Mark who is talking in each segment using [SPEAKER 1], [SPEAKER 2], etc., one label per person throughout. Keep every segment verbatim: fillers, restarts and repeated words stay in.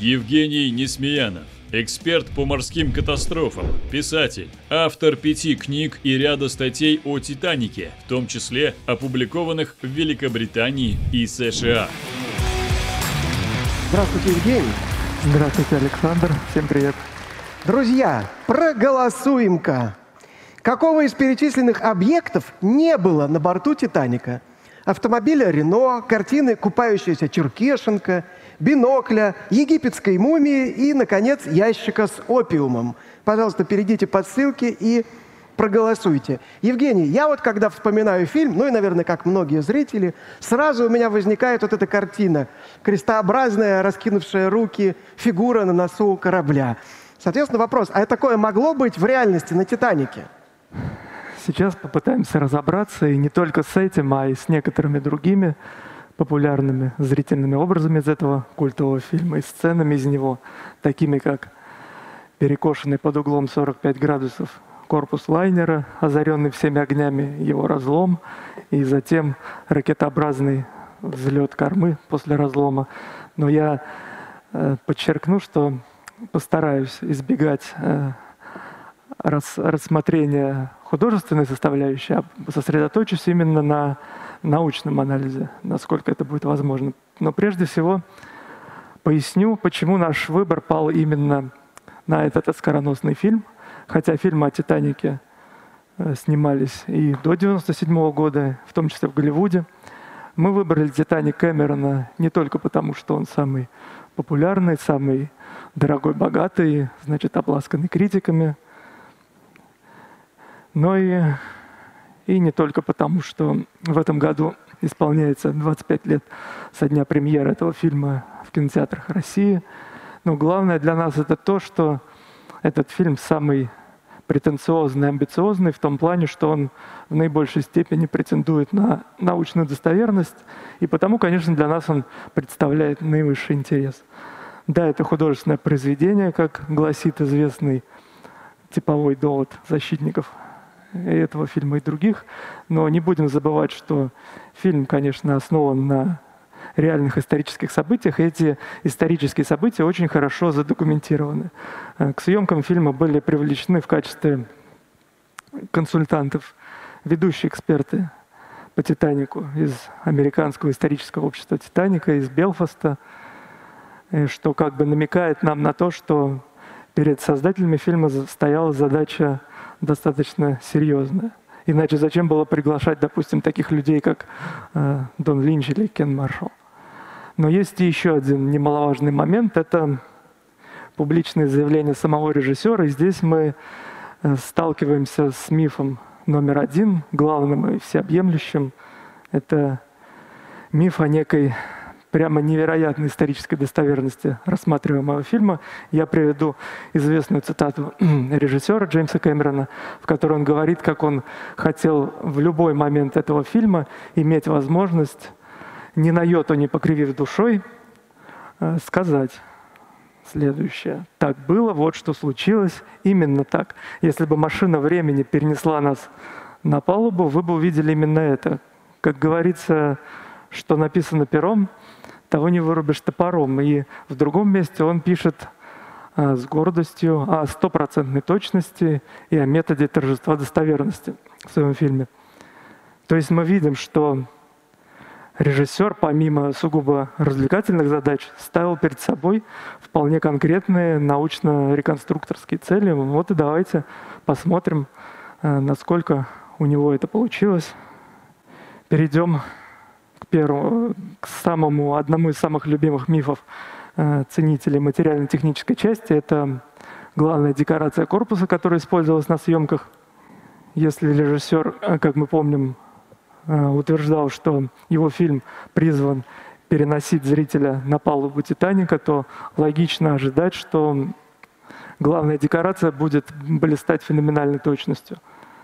[SPEAKER 1] Евгений Несмеянов, эксперт по морским катастрофам, писатель, автор пяти книг и ряда статей о «Титанике», в том числе опубликованных в Великобритании и США.
[SPEAKER 2] Здравствуйте, Евгений.
[SPEAKER 3] Здравствуйте, Александр. Всем привет.
[SPEAKER 2] Друзья, проголосуем-ка. Какого из перечисленных объектов не было на борту «Титаника»? Автомобиля «Рено», картины «Купающаяся Черкешенко», бинокля, египетской мумии и, наконец, ящика с опиумом. Пожалуйста, перейдите по ссылке и проголосуйте. Евгений, я вот когда вспоминаю фильм, ну и, наверное, как многие зрители, сразу у меня возникает вот эта картина. Крестообразная, раскинувшая руки, фигура на носу корабля. Соответственно, вопрос, а такое могло быть в реальности на «Титанике»?
[SPEAKER 3] Сейчас попытаемся разобраться и не только с этим, а и с некоторыми другими популярными зрительными образами из этого культового фильма и сценами из него, такими как перекошенный под углом сорок пять градусов корпус лайнера, озаренный всеми огнями его разлом, и затем ракетообразный взлет кормы после разлома. Но я э, подчеркну, что постараюсь избегать э, рас, рассмотрения художественной составляющей, а сосредоточусь именно на научном анализе, насколько это будет возможно. Но прежде всего поясню, почему наш выбор пал именно на этот оскароносный фильм, хотя фильмы о «Титанике» снимались и до девяносто седьмого года, в том числе в Голливуде. Мы выбрали «Титаник» Кэмерона не только потому, что он самый популярный, самый дорогой, богатый, значит, обласканный критиками, но и, и не только потому, что в этом году исполняется двадцать пять лет со дня премьеры этого фильма в кинотеатрах России. Но главное для нас это то, что этот фильм самый претенциозный, амбициозный в том плане, что он в наибольшей степени претендует на научную достоверность, и потому, конечно, для нас он представляет наивысший интерес. Да, это художественное произведение, как гласит известный типовой довод защитников этого фильма и других, но не будем забывать, что фильм, конечно, основан на реальных исторических событиях, и эти исторические события очень хорошо задокументированы. К съемкам фильма были привлечены в качестве консультантов ведущие эксперты по «Титанику» из Американского исторического общества «Титаника», из Белфаста, что как бы намекает нам на то, что перед создателями фильма стояла задача достаточно серьезная. Иначе зачем было приглашать, допустим, таких людей, как э, Дон Линч или Кен Маршалл? Но есть и еще один немаловажный момент. Это публичное заявление самого режиссера. И здесь мы э, сталкиваемся с мифом номер один, главным и всеобъемлющим. Это миф о некой прямо невероятной исторической достоверности рассматриваемого фильма. Я приведу известную цитату режиссера Джеймса Кэмерона, в которой он говорит, как он хотел в любой момент этого фильма иметь возможность, ни на йоту не покривив душой, сказать следующее. Так было, вот что случилось, именно так. Если бы машина времени перенесла нас на палубу, вы бы увидели именно это. Как говорится, что написано пером, того не вырубишь топором. И в другом месте он пишет а, с гордостью о стопроцентной точности и о методе торжества достоверности в своем фильме. То есть мы видим, что режиссер, помимо сугубо развлекательных задач, ставил перед собой вполне конкретные научно-реконструкторские цели. Вот и давайте посмотрим, а, насколько у него это получилось. Перейдем к первому, к самому, одному из самых любимых мифов э, ценителей материально-технической части. Это главная декорация корпуса, которая использовалась на съемках. Если режиссер, как мы помним, э, утверждал, что его фильм призван переносить зрителя на палубу «Титаника», то логично ожидать, что главная декорация будет блистать феноменальной точностью.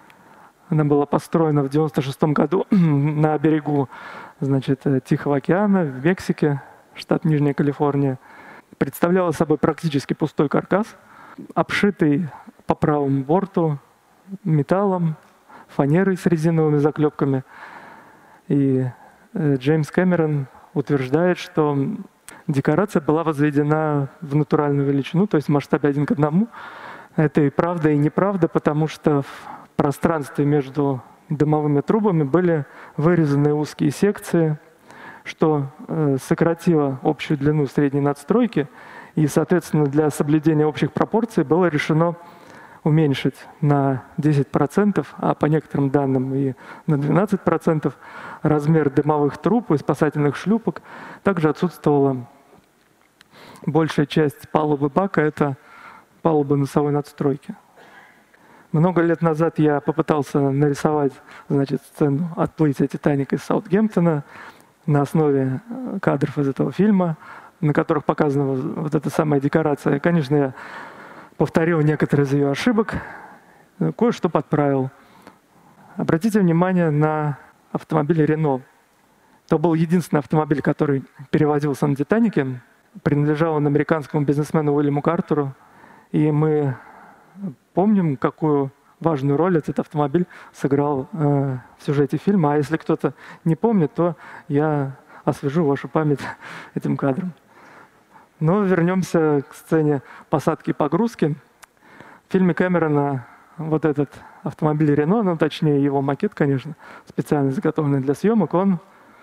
[SPEAKER 3] Она была построена в девяносто шестом году на берегу, значит, Тихого океана в Мексике, штат Нижняя Калифорния. Представляла собой практически пустой каркас, обшитый по правому борту металлом, фанерой с резиновыми заклепками. И Джеймс Кэмерон утверждает, что декорация была возведена в натуральную величину, то есть в масштабе один к одному. Это и правда, и неправда, потому что в пространстве между дымовыми трубами были вырезаны узкие секции, что э, сократило общую длину средней надстройки, и, соответственно, для соблюдения общих пропорций было решено уменьшить на десять процентов, а по некоторым данным и на двенадцать процентов размер дымовых труб и спасательных шлюпок. Также отсутствовала большая часть палубы бака, это палуба носовой надстройки. Много лет назад я попытался нарисовать, значит, сцену отплытия «Титаника» из Саутгемптона на основе кадров из этого фильма, на которых показана вот эта самая декорация. Конечно, я повторил некоторые из ее ошибок, кое-что подправил. Обратите внимание на автомобиль «Рено». Это был единственный автомобиль, который перевозился на «Титанике». Принадлежал он американскому бизнесмену Уильяму Картеру. И мы помним, какую важную роль этот автомобиль сыграл э, в сюжете фильма. А если кто-то не помнит, то я освежу вашу память этим кадром. Но вернемся к сцене посадки и погрузки. В фильме Кэмерона вот этот автомобиль Рено, ну точнее его макет, конечно, специально заготовленный для съемок, он,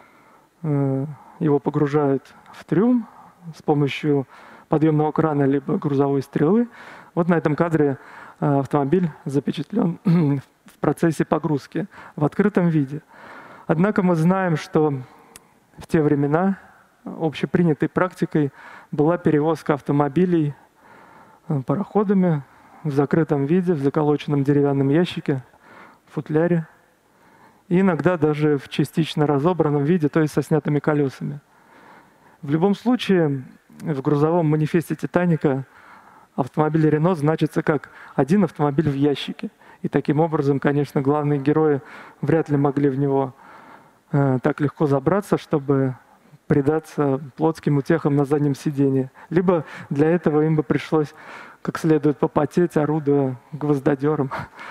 [SPEAKER 3] э, его погружают в трюм с помощью подъемного крана либо грузовой стрелы. Вот на этом кадре э, автомобиль запечатлен в процессе погрузки в открытом виде. Однако мы знаем, что в те времена общепринятой практикой была перевозка автомобилей пароходами в закрытом виде, в заколоченном деревянном ящике, в футляре, и иногда даже в частично разобранном виде, то есть со снятыми колесами. В любом случае, в грузовом манифесте «Титаника» автомобиль «Рено» значится как один автомобиль в ящике. И таким образом, конечно, главные герои вряд ли могли в него э, так легко забраться, чтобы предаться плотским утехам на заднем сидении. Либо для этого им бы пришлось как следует попотеть, орудуя гвоздодером.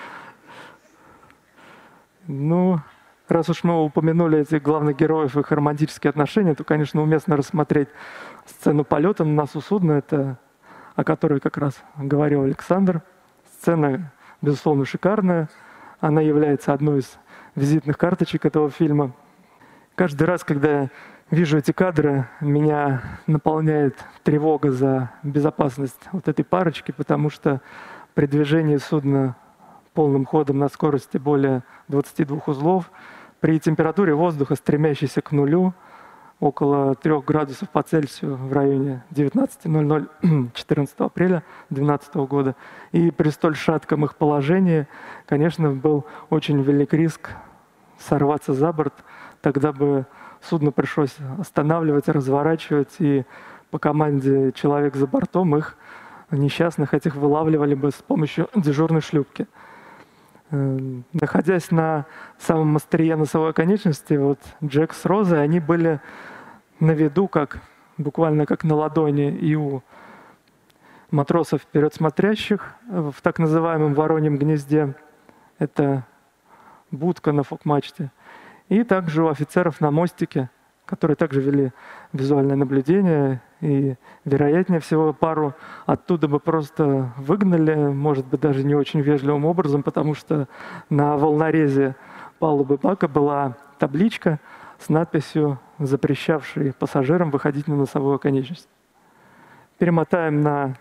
[SPEAKER 3] Ну, раз уж мы упомянули этих главных героев и их романтические отношения, то, конечно, уместно рассмотреть сцену полета на носу судна, это о которой как раз говорил Александр. Сцена, безусловно, шикарная. Она является одной из визитных карточек этого фильма. Каждый раз, когда я вижу эти кадры, меня наполняет тревога за безопасность вот этой парочки, потому что при движении судна полным ходом на скорости более двадцати двух узлов, при температуре воздуха, стремящейся к нулю, около трех градусов по Цельсию в районе девятнадцати ноль-ноль четырнадцатого апреля две тысячи двенадцатого года, и при столь шатком их положении, конечно, был очень велик риск сорваться за борт. Тогда бы судно пришлось останавливать, разворачивать, и по команде человек за бортом их несчастных этих вылавливали бы с помощью дежурной шлюпки. Находясь на самом острие носовой конечности, вот Джек с Розой, они были на виду, как, буквально как на ладони, и у матросов вперед смотрящих в так называемом вороньем гнезде, это будка на фок-мачте, и также у офицеров на мостике, которые также вели визуальное наблюдение, и, вероятнее всего, пару оттуда бы просто выгнали, может быть, даже не очень вежливым образом, потому что на волнорезе палубы бака была табличка с надписью, запрещавшей пассажирам выходить на носовую конечность. Перемотаем на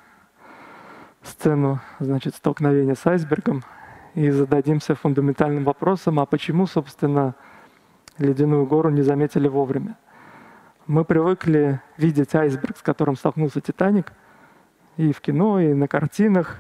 [SPEAKER 3] сцену, значит, столкновения с айсбергом и зададимся фундаментальным вопросом, а почему, собственно, ледяную гору не заметили вовремя. Мы привыкли видеть айсберг, с которым столкнулся «Титаник», и в кино, и на картинах,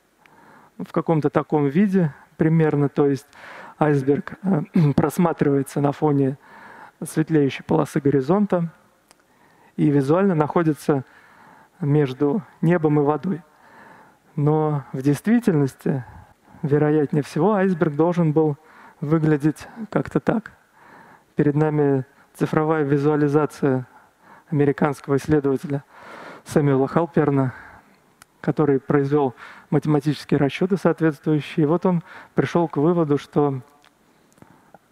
[SPEAKER 3] в каком-то таком виде примерно. То есть айсберг просматривается на фоне светлеющей полосы горизонта и визуально находится между небом и водой. Но в действительности, вероятнее всего, айсберг должен был выглядеть как-то так. Перед нами цифровая визуализация американского исследователя Сэмюэла Халперна, который произвел математические расчеты соответствующие. И вот он пришел к выводу, что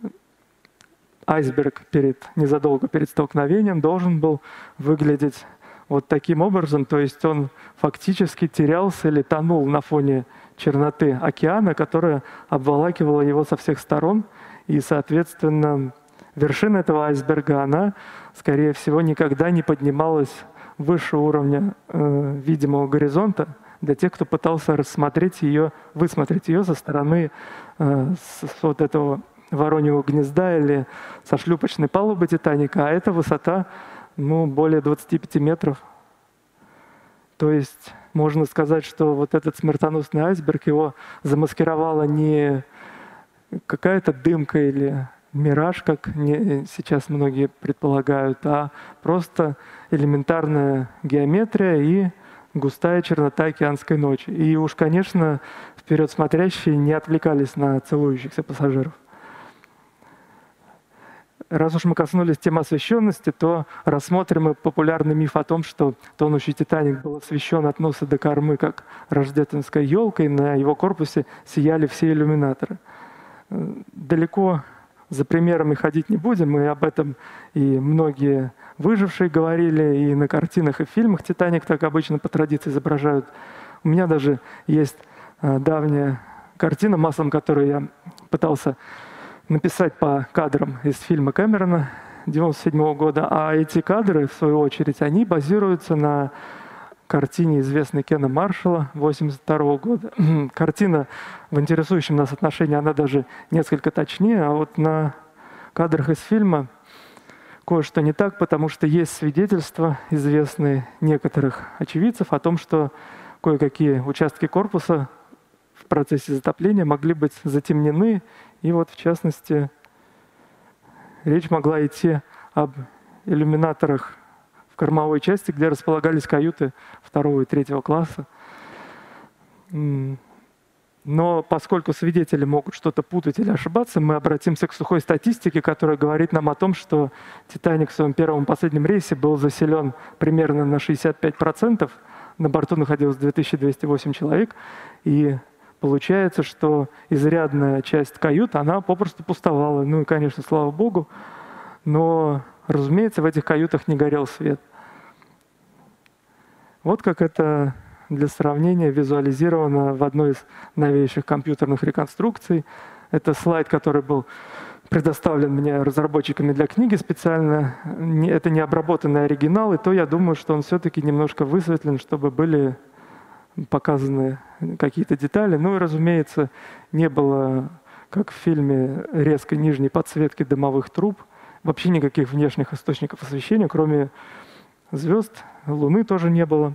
[SPEAKER 3] айсберг перед, незадолго перед столкновением должен был выглядеть вот таким образом, то есть он фактически терялся или тонул на фоне черноты океана, которая обволакивала его со всех сторон. И, соответственно, вершина этого айсберга, она, скорее всего, никогда не поднималась выше уровня э, видимого горизонта для тех, кто пытался рассмотреть ее, высмотреть ее со стороны э, с, с вот этого вороньего гнезда или со шлюпочной палубы «Титаника», а эта высота, ну, более двадцати пяти метров. То есть можно сказать, что вот этот смертоносный айсберг, его замаскировала не какая-то дымка или мираж, как не, сейчас многие предполагают, а просто элементарная геометрия и густая чернота океанской ночи. И уж, конечно, вперед смотрящие не отвлекались на целующихся пассажиров. Раз уж мы коснулись темы освещенности, то рассмотрим и популярный миф о том, что тонущий «Титаник» был освещен от носа до кормы, как рождественская елка, и на его корпусе сияли все иллюминаторы. Далеко за примерами ходить не будем, и об этом и многие выжившие говорили, и на картинах, и в фильмах «Титаник» так обычно по традиции изображают. У меня даже есть давняя картина, маслом которой я пытался написать по кадрам из фильма Кэмерона девяносто седьмого года, а эти кадры, в свою очередь, они базируются на картине известной Кена Маршалла восемьдесят второго года. Картина в интересующем нас отношении, она даже несколько точнее, а вот на кадрах из фильма кое-что не так, потому что есть свидетельства, известные некоторых очевидцев, о том, что кое-какие участки корпуса в процессе затопления могли быть затемнены. И вот, в частности, речь могла идти об иллюминаторах в кормовой части, где располагались каюты второго и третьего класса. Но поскольку свидетели могут что-то путать или ошибаться, мы обратимся к сухой статистике, которая говорит нам о том, что «Титаник» в своем первом и последнем рейсе был заселен примерно на шестьдесят пять процентов. На борту находилось две тысячи двести восемь человек. И получается, что изрядная часть кают, она попросту пустовала. Ну и, конечно, слава богу. Но, разумеется, в этих каютах не горел свет. Вот как это для сравнения визуализировано в одной из новейших компьютерных реконструкций. Это слайд, который был предоставлен мне разработчиками для книги специально. Это не обработанный оригинал, и то я думаю, что он все-таки немножко высветлен, чтобы были показаны какие-то детали. Ну и, разумеется, не было, как в фильме, резкой нижней подсветки дымовых труб, вообще никаких внешних источников освещения, кроме звезд, Луны тоже не было.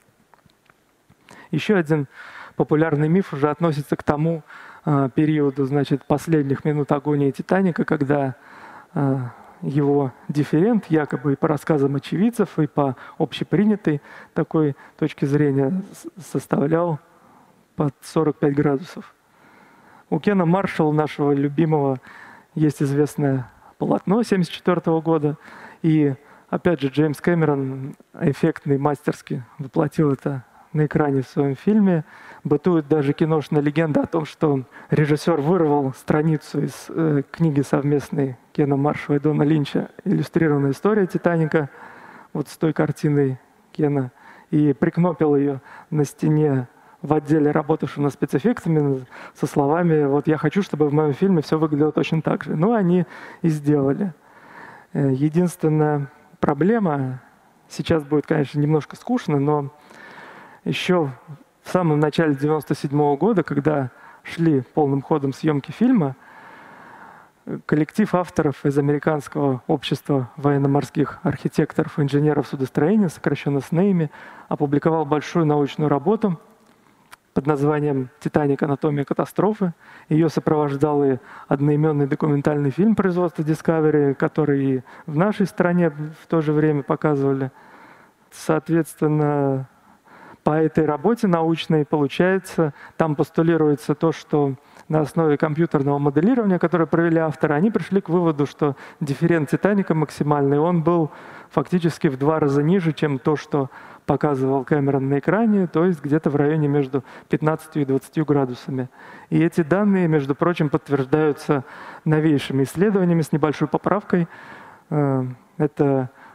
[SPEAKER 3] Еще один популярный миф уже относится к тому э, периоду, значит, последних минут агонии «Титаника», когда э, его дифферент, якобы и по рассказам очевидцев, и по общепринятой такой точке зрения, составлял под сорок пять градусов. У Кена Маршалла, нашего любимого, есть известное полотно семьдесят четвёртого года, и опять же Джеймс Кэмерон эффектный, мастерски воплотил это на экране в своем фильме. Бытует даже киношная легенда о том, что режиссер вырвал страницу из э, книги совместной Кена Маршалла и Дона Линча «Иллюстрированная история Титаника», вот с той картиной Кена, и прикнопил ее на стене в отделе, работавшем над спецэффектами, со словами: «Вот я хочу, чтобы в моем фильме все выглядело точно так же». Ну, они и сделали. Единственная проблема, сейчас будет, конечно, немножко скучно, но еще в самом начале девяносто седьмого года, когда шли полным ходом съемки фильма, коллектив авторов из Американского общества военно-морских архитекторов и инженеров судостроения, сокращенно СНЭИМи, опубликовал большую научную работу под названием «Титаник. Анатомия катастрофы». Ее сопровождал и одноименный документальный фильм производства Discovery, который и в нашей стране в то же время показывали. Соответственно, по этой работе научной, получается, там постулируется то, что на основе компьютерного моделирования, которое провели авторы, они пришли к выводу, что дифферент «Титаника» максимальный, он был фактически в два раза ниже, чем то, что показывал Кэмерон на экране, то есть где-то в районе между пятнадцатью и двадцатью градусами. И эти данные, между прочим, подтверждаются новейшими исследованиями с небольшой поправкой. Это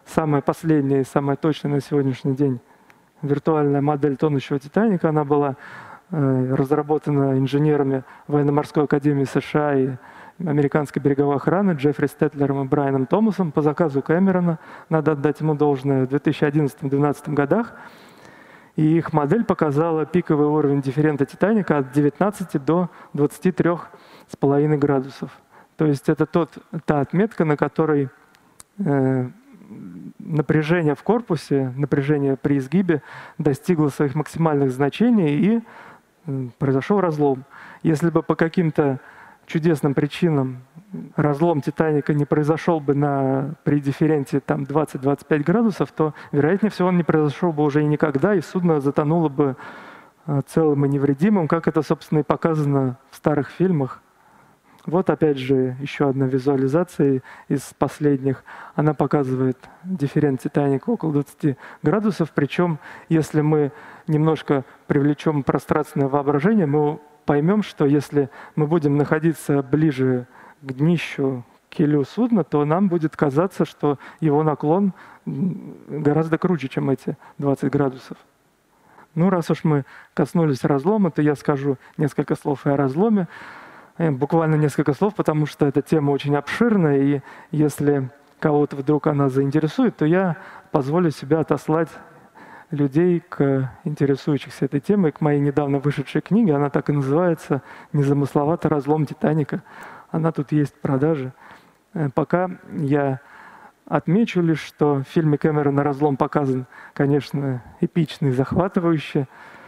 [SPEAKER 3] самая последняя и самая точная на сегодняшний день виртуальная модель тонущего «Титаника». Она была э, разработана инженерами Военно-морской академии США и американской береговой охраны Джеффри Стетлером и Брайаном Томасом по заказу Кэмерона. Надо отдать ему должное в две тысячи одиннадцатом — две тысячи двенадцатом годах. И их модель показала пиковый уровень дифферента «Титаника» от девятнадцати до двадцати трёх с половиной градусов. То есть это тот, та отметка, на которой э, напряжение в корпусе, напряжение при изгибе достигло своих максимальных значений и э, произошел разлом. Если бы по каким-то чудесным причинам разлом «Титаника» не произошел бы на, при дифференте там, двадцать — двадцать пять градусов, то, вероятнее всего, он не произошел бы уже и никогда, и судно затонуло бы э, целым и невредимым, как это, собственно, и показано в старых фильмах. Вот опять же еще одна визуализация из последних. Она показывает дифферент «Титаника» около двадцати градусов. Причем, если мы немножко привлечем пространственное воображение, мы поймем, что если мы будем находиться ближе к днищу, к килю судна, то нам будет казаться, что его наклон гораздо круче, чем эти двадцать градусов. Ну, раз уж мы коснулись разлома, то я скажу несколько слов и о разломе. Буквально несколько слов, потому что эта тема очень обширная, и если кого-то вдруг она заинтересует, то я позволю себе отослать людей к интересующихся этой темой, к моей недавно вышедшей книге. Она так и называется «Незамысловатый разлом Титаника». Она тут есть в продаже. Пока я отмечу лишь, что в фильме Кэмерона разлом показан, конечно, эпичный, захватывающий.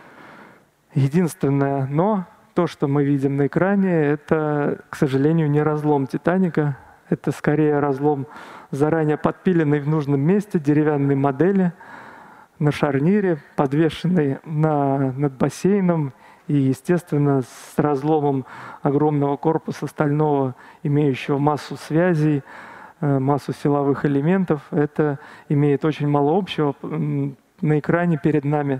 [SPEAKER 3] Единственное «но» — то, что мы видим на экране, это, к сожалению, не разлом Титаника. Это скорее разлом заранее подпиленной в нужном месте деревянной модели на шарнире, подвешенной на, над бассейном и, естественно, с разломом огромного корпуса стального, имеющего массу связей, массу силовых элементов. Это имеет очень мало общего. На экране перед нами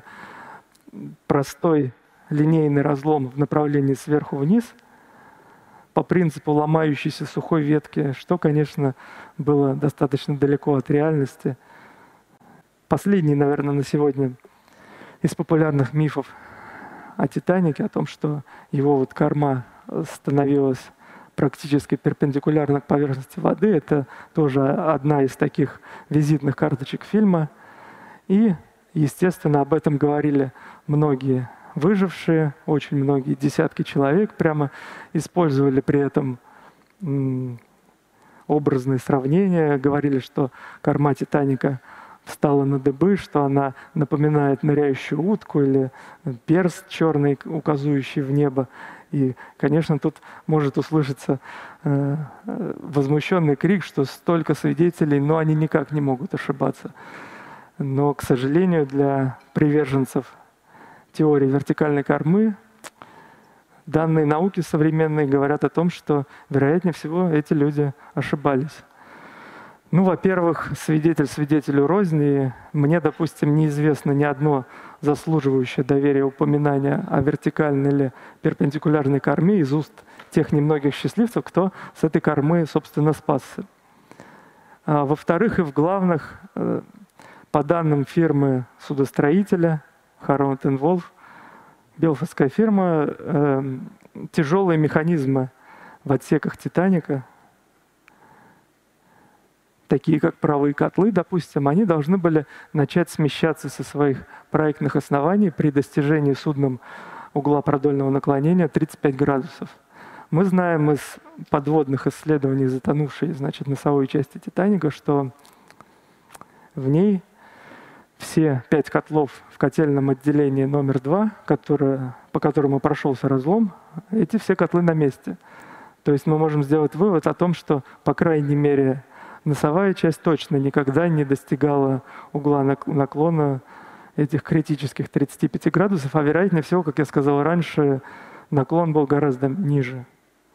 [SPEAKER 3] простой линейный разлом в направлении сверху вниз по принципу ломающейся сухой ветки, что, конечно, было достаточно далеко от реальности. Последний, наверное, на сегодня из популярных мифов о «Титанике», о том, что его вот корма становилась практически перпендикулярно к поверхности воды, это тоже одна из таких визитных карточек фильма. И, естественно, об этом говорили многие выжившие, очень многие десятки человек прямо использовали при этом м, образные сравнения, говорили, что корма «Титаника» встала на дыбы, что она напоминает ныряющую утку или перст черный, указывающий в небо. И, конечно, тут может услышаться э, возмущенный крик, что столько свидетелей, но они никак не могут ошибаться. Но, к сожалению, для приверженцев теории вертикальной кормы данные науки современные говорят о том, что, вероятнее всего, эти люди ошибались. Ну, во-первых, свидетель свидетелю рознь, и мне, допустим, неизвестно ни одно заслуживающее доверия упоминание о вертикальной или перпендикулярной корме из уст тех немногих счастливцев, кто с этой кормы, собственно, спасся. А, во-вторых, и в главных, по данным фирмы судостроителя Harrowat энд Wolff, белфастская фирма, э, тяжелые механизмы в отсеках «Титаника», такие как паровые котлы, допустим, они должны были начать смещаться со своих проектных оснований при достижении судном угла продольного наклонения тридцать пять градусов. Мы знаем из подводных исследований затонувшей, значит, носовой части «Титаника», что в ней все пять котлов в котельном отделении номер два, которое, по которому прошелся разлом, эти все котлы на месте. То есть мы можем сделать вывод о том, что, по крайней мере, носовая часть точно никогда не достигала угла наклона этих критических тридцати пяти градусов, а вероятнее всего, как я сказал раньше, наклон был гораздо ниже.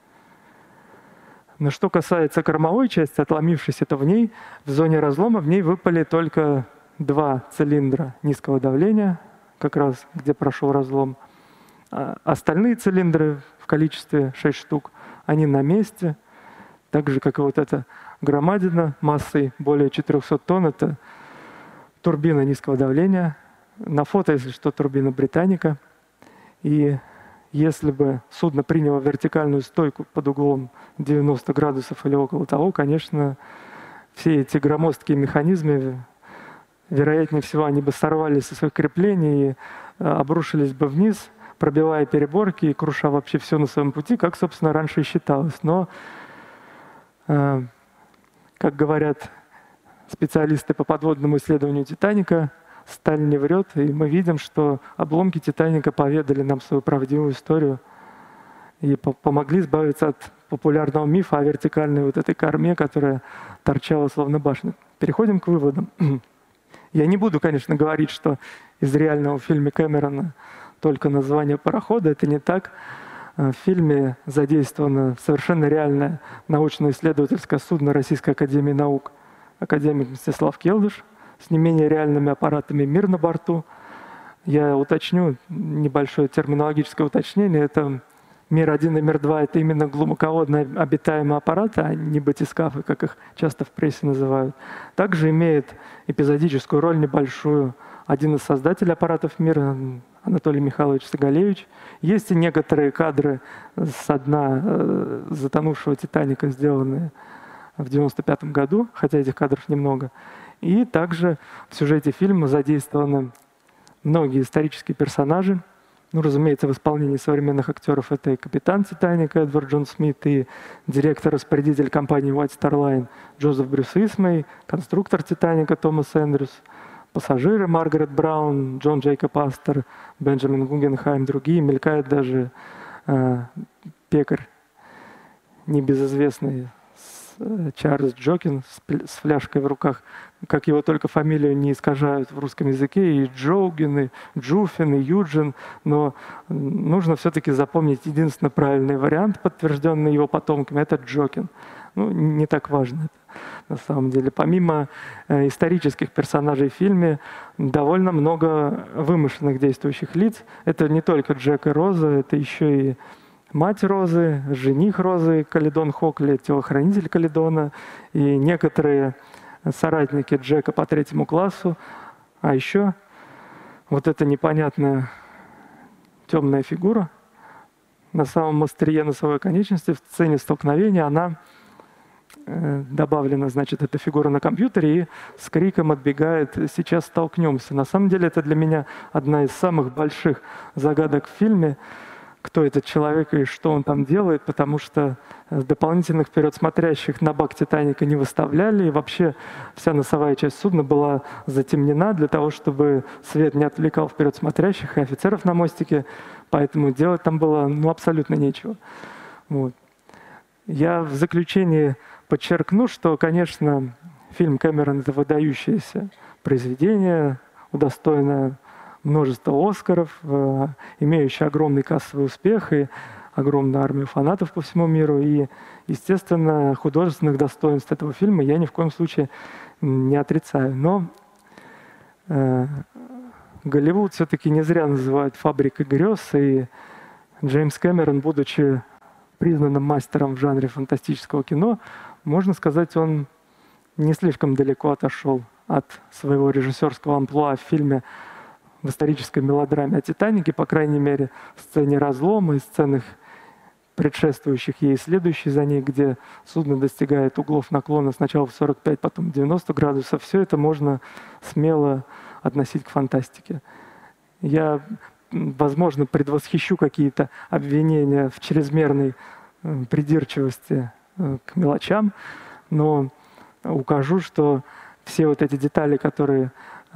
[SPEAKER 3] Но что касается кормовой части, отломившейся, то в ней, в зоне разлома, в ней выпали только два цилиндра низкого давления, как раз где прошел разлом. А остальные цилиндры в количестве шесть штук, они на месте. Так же, как и вот эта громадина массой более четырехсот тонн, это турбина низкого давления. На фото, если что, турбина «Британика». И если бы судно приняло вертикальную стойку под углом девяносто градусов или около того, конечно, все эти громоздкие механизмы, вероятнее всего, они бы сорвались со своих креплений и обрушились бы вниз, пробивая переборки и круша вообще все на своем пути, как, собственно, раньше и считалось. Но, э, как говорят специалисты по подводному исследованию «Титаника», сталь не врет, и мы видим, что обломки «Титаника» поведали нам свою правдивую историю и по помогли избавиться от популярного мифа о вертикальной вот этой корме, которая торчала словно башня. Переходим к выводам. Я не буду, конечно, говорить, что из реального фильма Кэмерона только название парохода. Это не так. В фильме задействовано совершенно реальное научно-исследовательское судно Российской академии наук академик Мстислав Келдыш с не менее реальными аппаратами «Мир» на борту. Я уточню небольшое терминологическое уточнение. Это «Мир-один» и «Мир-два» — это именно глубоководные обитаемые аппараты, а не батискафы, как их часто в прессе называют. Также имеет эпизодическую роль небольшую один из создателей аппаратов «Мир», Анатолий Михайлович Сагалевич. Есть и некоторые кадры со дна э, затонувшего «Титаника», сделанные в девяносто пятом году, хотя этих кадров немного. И также в сюжете фильма задействованы многие исторические персонажи. Ну, разумеется, в исполнении современных актеров это и капитан «Титаника» Эдвард Джон Смит, и директор-распорядитель компании White Star Line Джозеф Брюс Исмей, конструктор «Титаника» Томас Эндрюс, пассажиры Маргарет Браун, Джон Джейкоб Астер, Бенджамин Гугенхайм, другие. Мелькает даже э, пекарь небезызвестный Чарльз Джокин с, с фляжкой в руках, как его только фамилию не искажают в русском языке, и Джоугин, и Джуфин, и Юджин, но нужно все-таки запомнить единственно правильный вариант, подтвержденный его потомками, это Джокин. Ну, не так важно это на самом деле. Помимо э, исторических персонажей в фильме, довольно много вымышленных действующих лиц. Это не только Джек и Роза, это еще и мать Розы, жених Розы, Каледон Хокли, телохранитель Каледона, и некоторые соратники Джека по третьему классу. А еще вот эта непонятная темная фигура на самом острие носовой конечности в сцене столкновения, она э, добавлена, значит, эта фигура на компьютере и с криком отбегает «Сейчас столкнемся». На самом деле это для меня одна из самых больших загадок в фильме, кто этот человек и что он там делает, потому что дополнительных вперед смотрящих на бак «Титаника» не выставляли, и вообще вся носовая часть судна была затемнена для того, чтобы свет не отвлекал вперед смотрящих и офицеров на мостике, поэтому делать там было ну, абсолютно нечего. Вот. Я в заключении подчеркну, что, конечно, фильм Кэмерон — это выдающееся произведение, удостоенное множество Оскаров, э, имеющий огромный кассовый успех и огромную армию фанатов по всему миру. И, естественно, художественных достоинств этого фильма я ни в коем случае не отрицаю. Но э, Голливуд все-таки не зря называют фабрикой грез, и Джеймс Кэмерон, будучи признанным мастером в жанре фантастического кино, можно сказать, он не слишком далеко отошел от своего режиссерского амплуа в фильме, в исторической мелодраме о «Титанике», по крайней мере, в сцене разлома и сценах, предшествующих ей и следующей за ней, где судно достигает углов наклона сначала в сорок пять, потом девяносто градусов. Все это можно смело относить к фантастике. Я, возможно, предвосхищу какие-то обвинения в чрезмерной придирчивости к мелочам, но укажу, что все вот эти детали, которые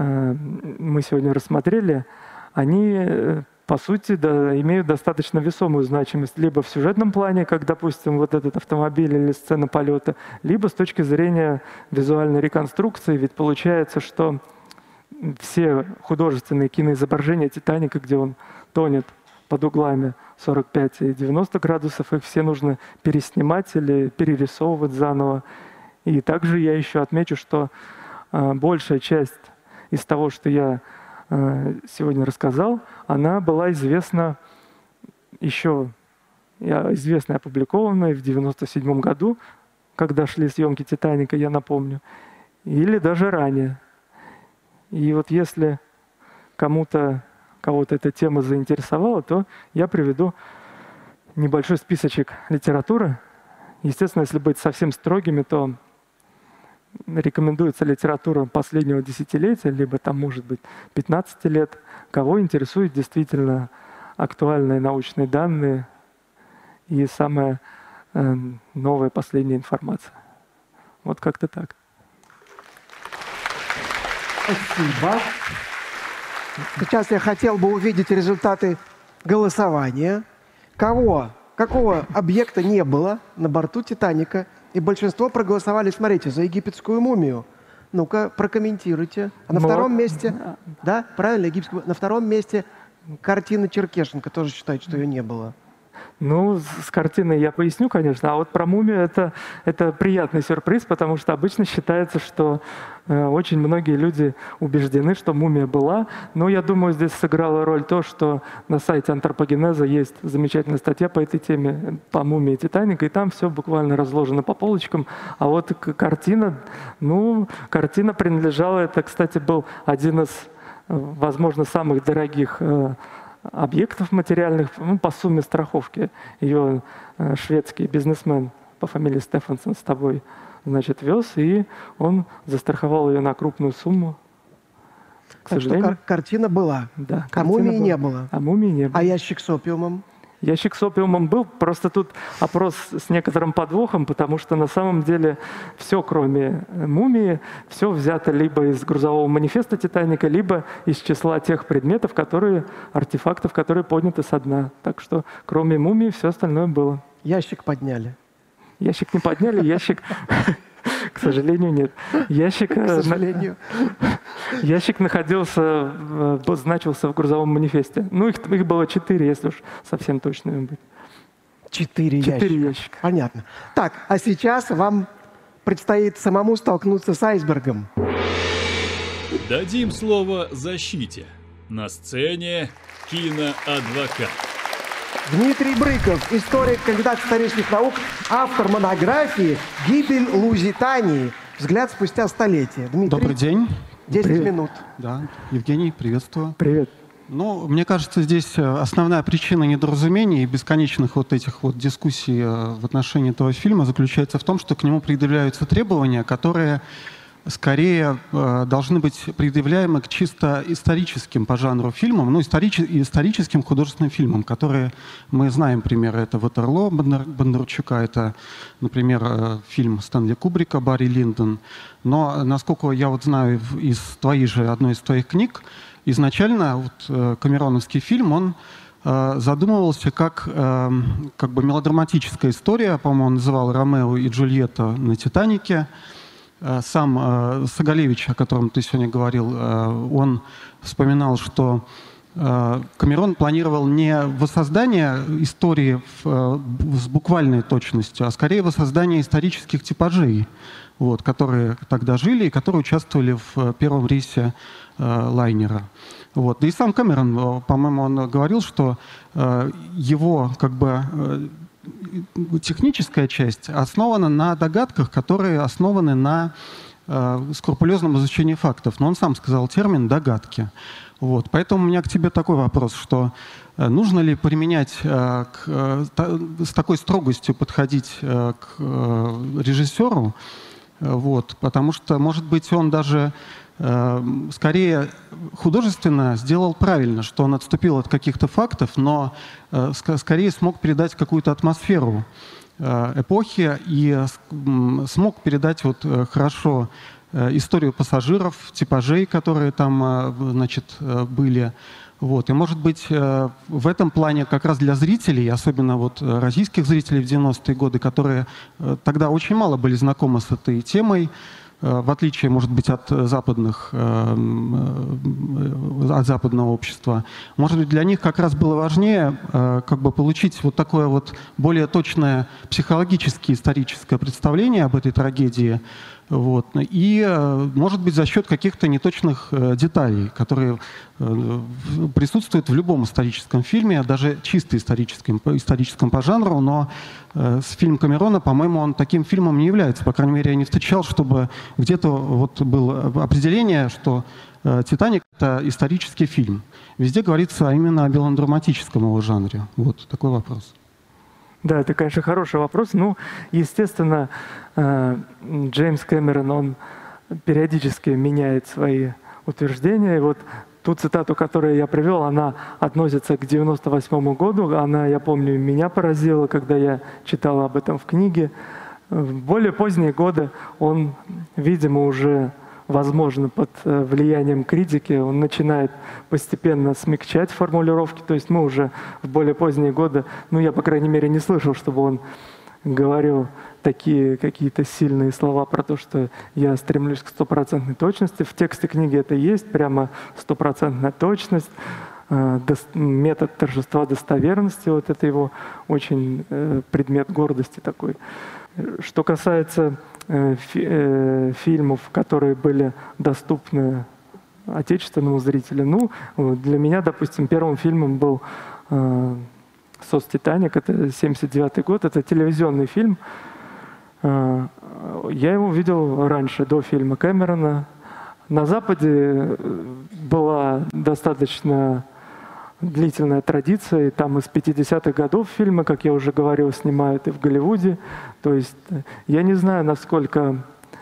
[SPEAKER 3] мы сегодня рассмотрели, они, по сути, да, имеют достаточно весомую значимость либо в сюжетном плане, как, допустим, вот этот автомобиль или сцена полета, либо с точки зрения визуальной реконструкции. Ведь получается, что все художественные киноизображения «Титаника», где он тонет под углами сорок пять и девяносто градусов, их все нужно переснимать или перерисовывать заново. И также я еще отмечу, что э, большая часть из того, что я э, сегодня рассказал, она была известна еще, известна и опубликована в девяносто седьмом году когда шли съемки «Титаника», я напомню, или даже ранее. И вот если кому-то, кого-то эта тема заинтересовала, то я приведу небольшой списочек литературы. Естественно, если быть совсем строгими, то рекомендуется литература последнего десятилетия, либо там, может быть, пятнадцати лет. Кого интересуют действительно актуальные научные данные и самая э, новая, последняя информация. Вот как-то так.
[SPEAKER 2] Спасибо. Сейчас я хотел бы увидеть результаты голосования. Кого, какого объекта не было на борту «Титаника»? И большинство проголосовали, смотрите, за египетскую мумию. Ну-ка, прокомментируйте. А на
[SPEAKER 3] Но...
[SPEAKER 2] втором месте, да, правильно, египетскую. На втором месте картина Черкешенко, тоже считают, что ее не было.
[SPEAKER 3] Ну, с картиной я поясню, конечно, а вот про мумию это, это приятный сюрприз, потому что обычно считается, что э, очень многие люди убеждены, что мумия была. Но я думаю, здесь сыграла роль то, что на сайте антропогенеза есть замечательная статья по этой теме, по мумии Титаника, и там все буквально разложено по полочкам. А вот картина, ну, картина принадлежала, это, кстати, был один из, возможно, самых дорогих э, объектов материальных, ну, по сумме страховки. Ее э, шведский бизнесмен по фамилии Стефансон с тобой, значит, вез, и он застраховал ее на крупную сумму. К
[SPEAKER 2] так
[SPEAKER 3] сожалению,
[SPEAKER 2] что кар картина была,
[SPEAKER 3] да,
[SPEAKER 2] а мумии
[SPEAKER 3] была.
[SPEAKER 2] не было.
[SPEAKER 3] А мумии не было.
[SPEAKER 2] А ящик с опиумом?
[SPEAKER 3] Ящик с опиумом был, просто тут опрос с некоторым подвохом, потому что на самом деле все, кроме мумии, все взято либо из грузового манифеста «Титаника», либо из числа тех предметов, которые, артефактов, которые подняты со дна. Так что кроме мумии все остальное было.
[SPEAKER 2] Ящик подняли.
[SPEAKER 3] Ящик не подняли, ящик, к сожалению, нет. Ящик,
[SPEAKER 2] К сожалению.
[SPEAKER 3] ящик находился, значился в грузовом манифесте. Ну, их, их было четыре, если уж совсем точно быть.
[SPEAKER 2] Четыре ящика.
[SPEAKER 3] Четыре ящика.
[SPEAKER 2] Понятно. Так, а сейчас вам предстоит самому столкнуться с айсбергом.
[SPEAKER 1] Дадим слово защите. На сцене киноадвокат.
[SPEAKER 2] Дмитрий Брыков, историк, кандидат исторических наук, автор монографии «Гибель Лузитании. Взгляд спустя столетие». Дмитрий,
[SPEAKER 4] Добрый день.
[SPEAKER 2] десять
[SPEAKER 3] Привет.
[SPEAKER 2] минут.
[SPEAKER 4] Да, Евгений, приветствую.
[SPEAKER 3] Привет.
[SPEAKER 4] Ну, мне кажется, здесь основная причина недоразумений и бесконечных вот этих вот дискуссий в отношении этого фильма заключается в том, что к нему предъявляются требования, которые скорее э, должны быть предъявляемы к чисто историческим по жанру фильмам, ну, историч, историческим художественным фильмам, которые мы знаем примеры. Это «Ватерлоо» Бондар, Бондарчука, это, например, э, фильм Стэнли Кубрика «Барри Линдон». Но, насколько я вот знаю из твоей же, одной из твоих книг, изначально вот, э, камероновский фильм, он э, задумывался как, э, как бы мелодраматическая история, по-моему, он называл «Ромео и Джульетта на Титанике». Сам э, Сагалевич, о котором ты сегодня говорил, э, он вспоминал, что э, Камерон планировал не воссоздание истории в, э, с буквальной точностью, а скорее воссоздание исторических типажей, вот, которые тогда жили и которые участвовали в первом рейсе э, лайнера. Вот. Да и сам Камерон, по-моему, он говорил, что э, его как бы э, техническая часть основана на догадках, которые основаны на э, скрупулезном изучении фактов. Но он сам сказал термин «догадки». Вот. Поэтому у меня к тебе такой вопрос, что э, нужно ли применять, э, к, э, та, с такой строгостью подходить э, к э, режиссеру, э, вот, потому что, может быть, он даже э, скорее художественно сделал правильно, что он отступил от каких-то фактов, но э, ск скорее смог передать какую-то атмосферу э, эпохи и э, смог передать вот, э, хорошо э, историю пассажиров, типажей, которые там э, значит, э, были. Вот. И, может быть, э, в этом плане как раз для зрителей, особенно вот российских зрителей в девяностые годы, которые э, тогда очень мало были знакомы с этой темой, в отличие, может быть, от западных, от западного общества. Может быть, для них как раз было важнее как бы получить вот такое вот более точное психологическое, историческое представление об этой трагедии. Вот. И, может быть, за счет каких-то неточных деталей, которые присутствуют в любом историческом фильме, даже чисто историческом, историческом по жанру, но с фильм Камерона, по-моему, он таким фильмом не является. По крайней мере, я не встречал, чтобы где-то вот было определение, что «Титаник» — это исторический фильм. Везде говорится именно о мелодраматическом его жанре. Вот такой вопрос.
[SPEAKER 3] Да, это, конечно, хороший вопрос. Ну, естественно, Джеймс Кэмерон, он периодически меняет свои утверждения. И вот ту цитату, которую я привел, она относится к девяносто восьмому году. Она, я помню, меня поразила, когда я читал об этом в книге. В более поздние годы он, видимо, уже, возможно, под влиянием критики, он начинает постепенно смягчать формулировки. То есть мы уже в более поздние годы, ну, я, по крайней мере, не слышал, чтобы он говорил такие какие-то сильные слова про то, что я стремлюсь к стопроцентной точности. В тексте книги это есть, прямо стопроцентная точность, метод торжества достоверности, вот это его очень предмет гордости такой. Что касается фильмов, которые были доступны отечественному зрителю, ну, для меня, допустим, первым фильмом был «СОС Титаник», это семьдесят девятый год, это телевизионный фильм. Я его видел раньше, до фильма Кэмерона. На Западе была достаточно длительная традиция, и там из пятидесятых годов фильмы, как я уже говорил, снимают и в Голливуде. То есть я не знаю, насколько,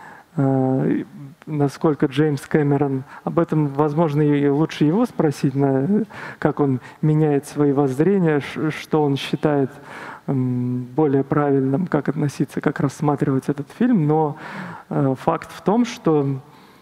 [SPEAKER 3] э, насколько Джеймс Кэмерон, об этом, возможно, и лучше его спросить, на, как он меняет свои воззрения, что он считает э, более правильным, как относиться, как рассматривать этот фильм. Но э, факт в том, что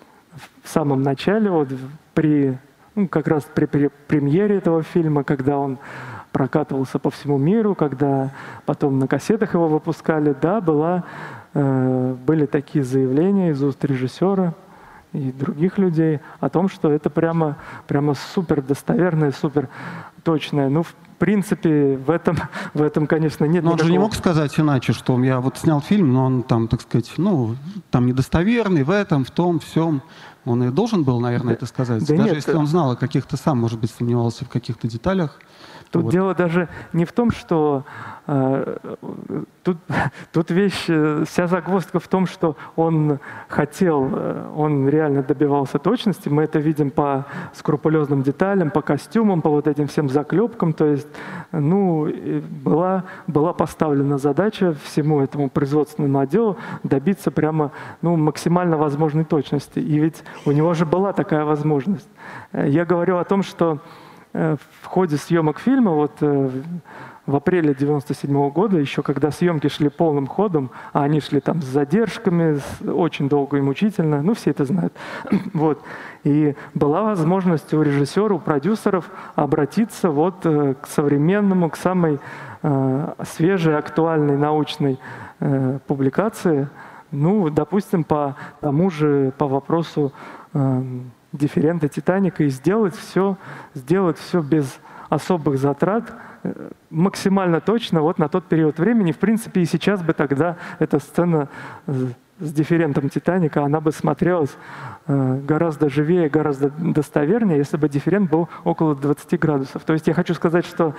[SPEAKER 3] в самом начале, вот при Ну, как раз при, при премьере этого фильма, когда он прокатывался по всему миру, когда потом на кассетах его выпускали, да, была, э, были такие заявления из уст режиссера и других людей о том, что это прямо, прямо супер достоверное, супер точное. Ну, в принципе, в этом, в этом, конечно, нет
[SPEAKER 4] Но он
[SPEAKER 3] никакого...
[SPEAKER 4] же не мог сказать иначе, что я вот снял фильм, но он там, так сказать, ну, там недостоверный в этом, в том, всем. Он и должен был, наверное, это сказать.
[SPEAKER 3] Да
[SPEAKER 4] Даже
[SPEAKER 3] нет,
[SPEAKER 4] если он знал о каких-то, сам, может быть, сомневался в каких-то деталях.
[SPEAKER 3] Тут
[SPEAKER 4] вот.
[SPEAKER 3] дело даже не в том, что э, тут, тут вещь, вся загвоздка в том, что он хотел, он реально добивался точности. Мы это видим по скрупулезным деталям, по костюмам, по вот этим всем заклепкам. То есть, ну, была, была поставлена задача всему этому производственному отделу добиться прямо, ну, максимально возможной точности. И ведь у него же была такая возможность. Я говорю о том, что в ходе съемок фильма, вот в апреле девяносто седьмого года, еще когда съемки шли полным ходом, а они шли там с задержками, очень долго и мучительно, ну все это знают, вот. И была возможность у режиссера, у продюсеров обратиться вот к современному, к самой э, свежей, актуальной научной э, публикации, ну, допустим, по тому же, по вопросу э, дифферента Титаника, и сделать все, сделать все без особых затрат, максимально точно вот на тот период времени. В принципе, и сейчас бы тогда эта сцена с дифферентом Титаника, она бы смотрелась гораздо живее, гораздо достовернее, если бы дифферент был около двадцати градусов. То есть я хочу сказать, что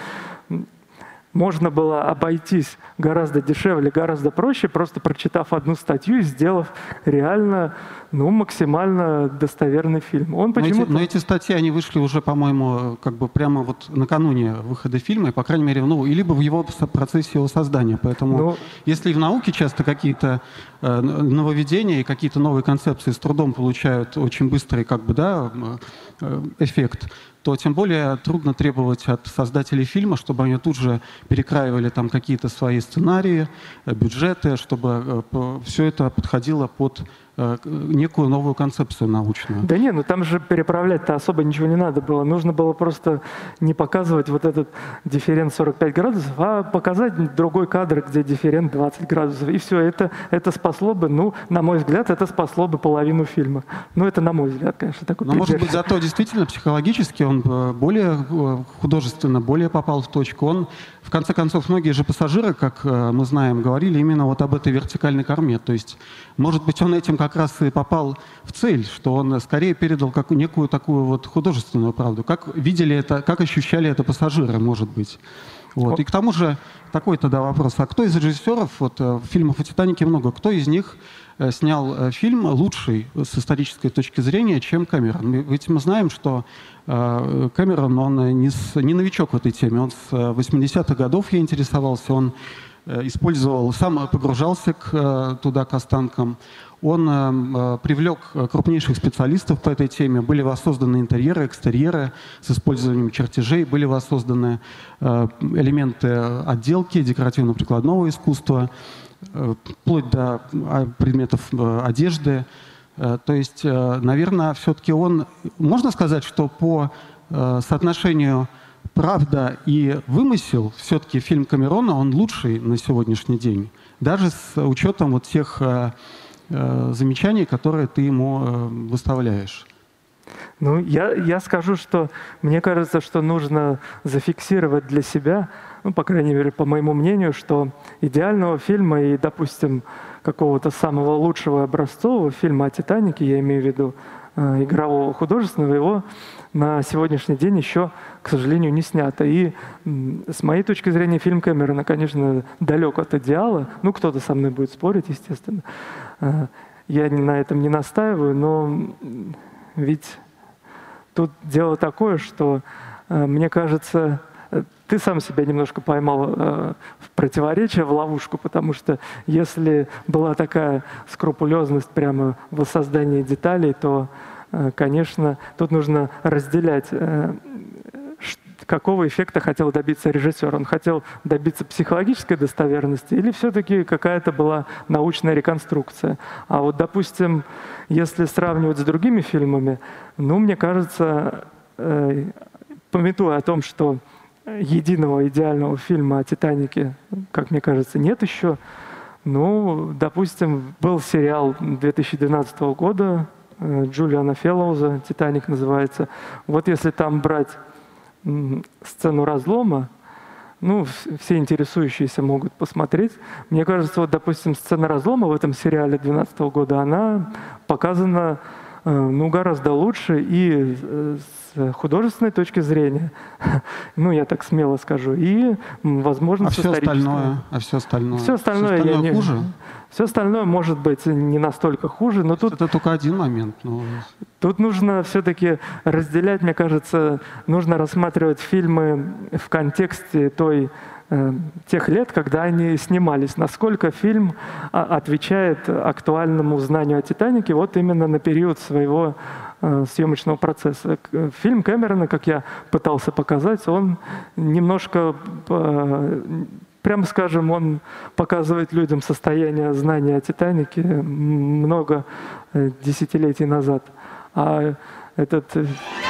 [SPEAKER 3] можно было обойтись гораздо дешевле, гораздо проще, просто прочитав одну статью и сделав реально, ну, максимально достоверный фильм. Он
[SPEAKER 4] но,
[SPEAKER 3] почему-то...
[SPEAKER 4] эти, но эти статьи, они вышли уже, по-моему, как бы прямо вот накануне выхода фильма, и, по крайней мере, ну, и либо в его процессе его создания. Поэтому, но... если в науке часто какие-то э, нововведения и какие-то новые концепции с трудом получают очень быстрый, как бы, да, э, эффект, то тем более трудно требовать от создателей фильма, чтобы они тут же перекраивали там какие-то свои сценарии, бюджеты, чтобы все это подходило под некую новую концепцию научную.
[SPEAKER 3] Да не, ну там же переправлять-то особо ничего не надо было. Нужно было просто не показывать вот этот дифферент сорок пять градусов, а показать другой кадр, где дифферент двадцать градусов. И все, это, это спасло бы, ну, на мой взгляд, это спасло бы половину фильма. Ну, это на мой взгляд, конечно, такой.
[SPEAKER 4] Но, может быть, зато действительно психологически он более художественно, более попал в точку. Он, в конце концов, многие же пассажиры, как мы знаем, говорили именно вот об этой вертикальной корме. То есть, может быть, он этим как раз и попал в цель, что он скорее передал как некую такую вот художественную правду. Как видели это, как ощущали это пассажиры, может быть. Вот. И к тому же такой тогда вопрос. А кто из режиссеров, вот фильмов о «Титанике» много, кто из них снял фильм лучший с исторической точки зрения, чем Кэмерон? Ведь мы знаем, что Кэмерон, он не, с, не новичок в этой теме. Он с восьмидесятых годов я интересовался, он использовал, сам погружался к, туда, к останкам. Он э, привлек крупнейших специалистов по этой теме. Были воссозданы интерьеры, экстерьеры с использованием чертежей, были воссозданы э, элементы отделки, декоративно-прикладного искусства, э, вплоть до предметов э, одежды. Э, то есть, э, наверное, все-таки он... Можно сказать, что по э, соотношению правда и вымысел, все-таки фильм Камерона, он лучший на сегодняшний день. Даже с учетом вот тех... Э, замечаний, которые ты ему выставляешь?
[SPEAKER 3] Ну, я, я скажу, что мне кажется, что нужно зафиксировать для себя, ну, по крайней мере, по моему мнению, что идеального фильма и, допустим, какого-то самого лучшего образцового фильма о «Титанике», я имею в виду э, игрового художественного, его на сегодняшний день еще, к сожалению, не снято. И с моей точки зрения фильм Кэмерона, конечно, далек от идеала. Ну, кто-то со мной будет спорить, естественно. Я на этом не настаиваю, но ведь тут дело такое, что, мне кажется, ты сам себя немножко поймал в противоречие, в ловушку, потому что если была такая скрупулезность прямо в воссоздании деталей, то, конечно, тут нужно разделять, какого эффекта хотел добиться режиссер. Он хотел добиться психологической достоверности или все-таки какая-то была научная реконструкция. А вот, допустим, если сравнивать с другими фильмами, ну, мне кажется, э, памятуя о том, что единого идеального фильма о «Титанике», как мне кажется, нет еще, ну, допустим, был сериал две тысячи двенадцатого года э, Джулиана Феллоуза, «Титаник» называется. Вот если там брать сцену разлома, ну, все интересующиеся могут посмотреть. Мне кажется, вот, допустим, сцена разлома в этом сериале две тысячи двенадцатого года, она показана, ну, гораздо лучше и с художественной точки зрения, ну, я так смело скажу, и, возможно,
[SPEAKER 4] а
[SPEAKER 3] с
[SPEAKER 4] все
[SPEAKER 3] исторической.
[SPEAKER 4] остальное, а все остальное?
[SPEAKER 3] Все остальное,
[SPEAKER 4] все остальное
[SPEAKER 3] я
[SPEAKER 4] хуже?
[SPEAKER 3] Не... Все остальное может быть не настолько хуже, но тут...
[SPEAKER 4] Это только один момент. Но...
[SPEAKER 3] Тут нужно все-таки разделять, мне кажется, нужно рассматривать фильмы в контексте той, э, тех лет, когда они снимались. Насколько фильм отвечает актуальному знанию о «Титанике» вот именно на период своего э, съемочного процесса. Фильм Кэмерона, как я пытался показать, он немножко... Э, Прямо скажем, он показывает людям состояние знания о «Титанике» много десятилетий назад. А этот...
[SPEAKER 4] Да,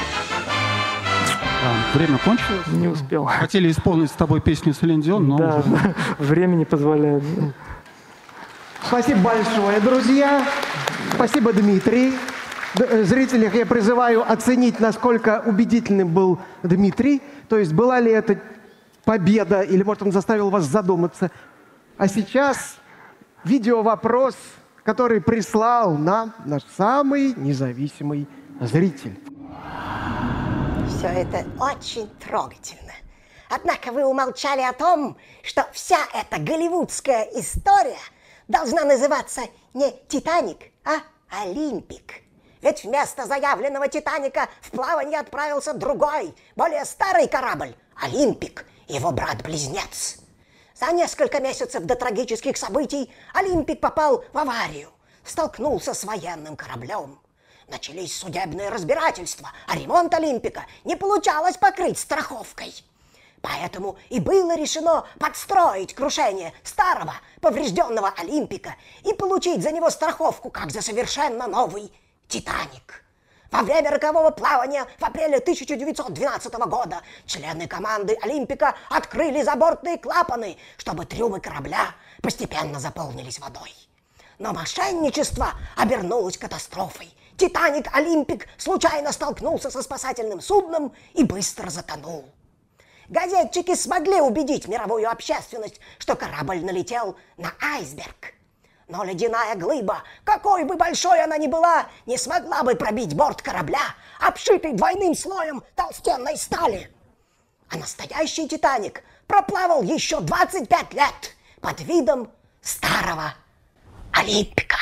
[SPEAKER 4] время кончилось.
[SPEAKER 3] Не успел.
[SPEAKER 4] Хотели исполнить с тобой песню Селин Дион, но
[SPEAKER 3] да,
[SPEAKER 4] уже...
[SPEAKER 3] время не позволяет.
[SPEAKER 2] Спасибо большое, друзья. Спасибо, Дмитрий. Зрителей я призываю оценить, насколько убедительным был Дмитрий. То есть была ли это победа, или, может, он заставил вас задуматься. А сейчас видеовопрос, который прислал нам наш самый независимый зритель.
[SPEAKER 5] Все это очень трогательно. Однако вы умолчали о том, что вся эта голливудская история должна называться не «Титаник», а «Олимпик». Ведь вместо заявленного «Титаника» в плавание отправился другой, более старый корабль – «Олимпик», его брат-близнец. За несколько месяцев до трагических событий Олимпик попал в аварию, столкнулся с военным кораблем. Начались судебные разбирательства, а ремонт Олимпика не получалось покрыть страховкой. Поэтому и было решено подстроить крушение старого поврежденного Олимпика и получить за него страховку, как за совершенно новый «Титаник». Во время рокового плавания в апреле тысяча девятьсот двенадцатого года члены команды Олимпика открыли забортные клапаны, чтобы трюмы корабля постепенно заполнились водой. Но мошенничество обернулось катастрофой. «Титаник Олимпик» случайно столкнулся со спасательным судном и быстро затонул. Газетчики смогли убедить мировую общественность, что корабль налетел на айсберг. Но ледяная глыба, какой бы большой она ни была, не смогла бы пробить борт корабля, обшитый двойным слоем толстенной стали. А настоящий «Титаник» проплавал еще двадцать пять лет под видом старого Олимпика.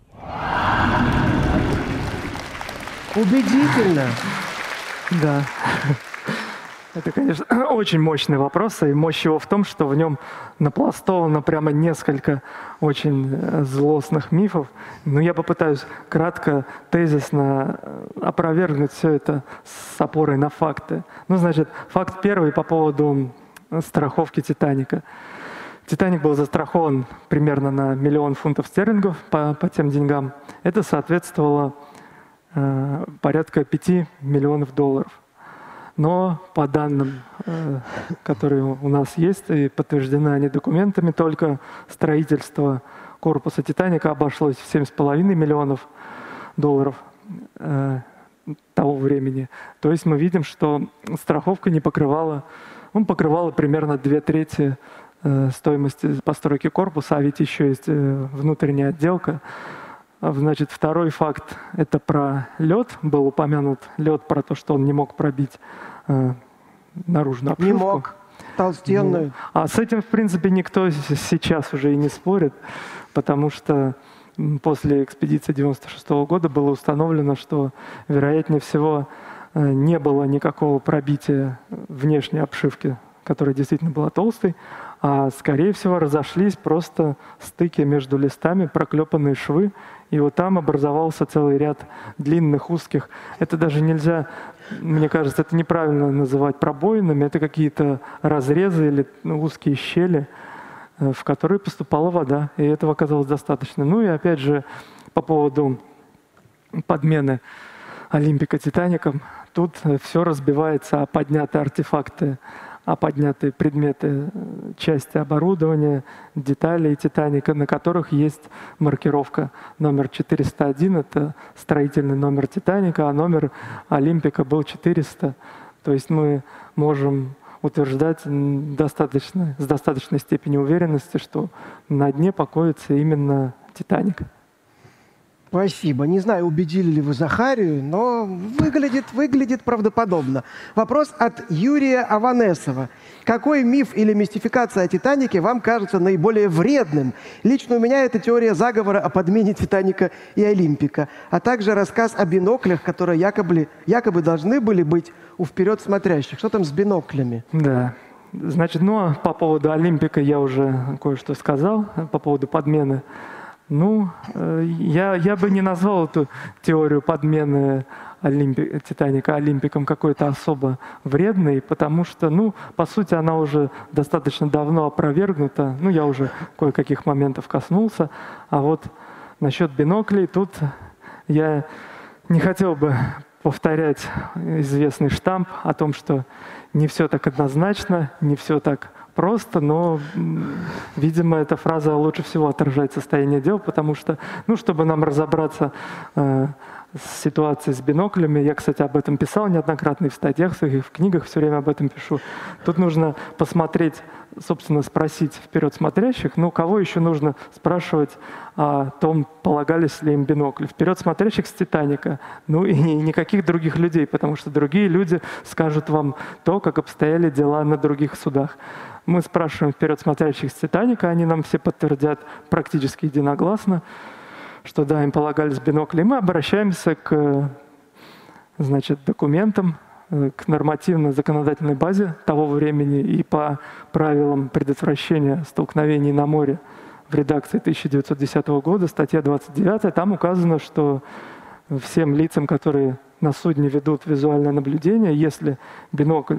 [SPEAKER 2] Убедительно.
[SPEAKER 3] Да. Это, конечно, очень мощный вопрос, и мощь его в том, что в нем напластовано прямо несколько очень злостных мифов. Но я попытаюсь кратко, тезисно опровергнуть все это с опорой на факты. Ну, значит, факт первый по поводу страховки «Титаника». «Титаник» был застрахован примерно на миллион фунтов стерлингов по, по тем деньгам. Это соответствовало э, порядка пяти миллионов долларов. Но по данным, э, которые у нас есть, и подтверждены они документами, только строительство корпуса «Титаника» обошлось в семь с половиной миллионов долларов э, того времени. То есть мы видим, что страховка не покрывала, ну, покрывала примерно две трети э, стоимости постройки корпуса, а ведь еще есть э, внутренняя отделка. Значит, второй факт — это про лед. Был упомянут лед, про то, что он не мог пробить э, наружную обшивку.
[SPEAKER 2] Не мог. Толстенную.
[SPEAKER 3] Ну, а с этим, в принципе, никто сейчас уже и не спорит, потому что после экспедиции девяносто шестого года было установлено, что, вероятнее всего, э, не было никакого пробития внешней обшивки, которая действительно была толстой, а, скорее всего, разошлись просто стыки между листами, проклепанные швы, и вот там образовался целый ряд длинных, узких. Это даже нельзя, мне кажется, это неправильно называть пробоинами, это какие-то разрезы или ну, узкие щели, в которые поступала вода, и этого оказалось достаточно. Ну и опять же, по поводу подмены Олимпика «Титаником», тут все разбивается о поднятые артефакты, а поднятые предметы, части оборудования, деталей «Титаника», на которых есть маркировка номер четыреста один, это строительный номер «Титаника», а номер Олимпика был четыреста. То есть мы можем утверждать достаточно, с достаточной степенью уверенности, что на дне покоится именно «Титаник».
[SPEAKER 2] Спасибо. Не знаю, убедили ли вы Захарию, но выглядит, выглядит правдоподобно. Вопрос от Юрия Аванесова. Какой миф или мистификация о «Титанике» вам кажется наиболее вредным? Лично у меня это теория заговора о подмене «Титаника» и «Олимпика», а также рассказ о биноклях, которые якобы, якобы должны были быть у вперед смотрящих. Что там с биноклями?
[SPEAKER 3] Да. Значит, ну, по поводу «Олимпика» я уже кое-что сказал, по поводу подмены. Ну, я, я бы не назвал эту теорию подмены Олимпи, «Титаника» Олимпиком какой-то особо вредной, потому что, ну, по сути, она уже достаточно давно опровергнута. Ну, я уже кое-каких моментов коснулся. А вот насчет биноклей, тут я не хотел бы повторять известный штамп о том, что не все так однозначно, не все так просто, но, видимо, эта фраза лучше всего отражает состояние дел, потому что, ну, чтобы нам разобраться э, с ситуацией с биноклями, я, кстати, об этом писал неоднократно и в статьях своих, и в книгах все время об этом пишу. Тут нужно посмотреть, собственно, спросить вперед смотрящих, ну, кого еще нужно спрашивать о том, полагались ли им бинокли. Вперед смотрящих с «Титаника», ну, и никаких других людей, потому что другие люди скажут вам то, как обстояли дела на других судах. Мы спрашиваем вперед смотрящих с «Титаника», они нам все подтвердят практически единогласно, что да, им полагались бинокли. И мы обращаемся к, значит, документам, к нормативно-законодательной базе того времени и по правилам предотвращения столкновений на море в редакции тысяча девятьсот десятого года, статья двадцать девятая, там указано, что всем лицам, которые на судне ведут визуальное наблюдение, если бинокль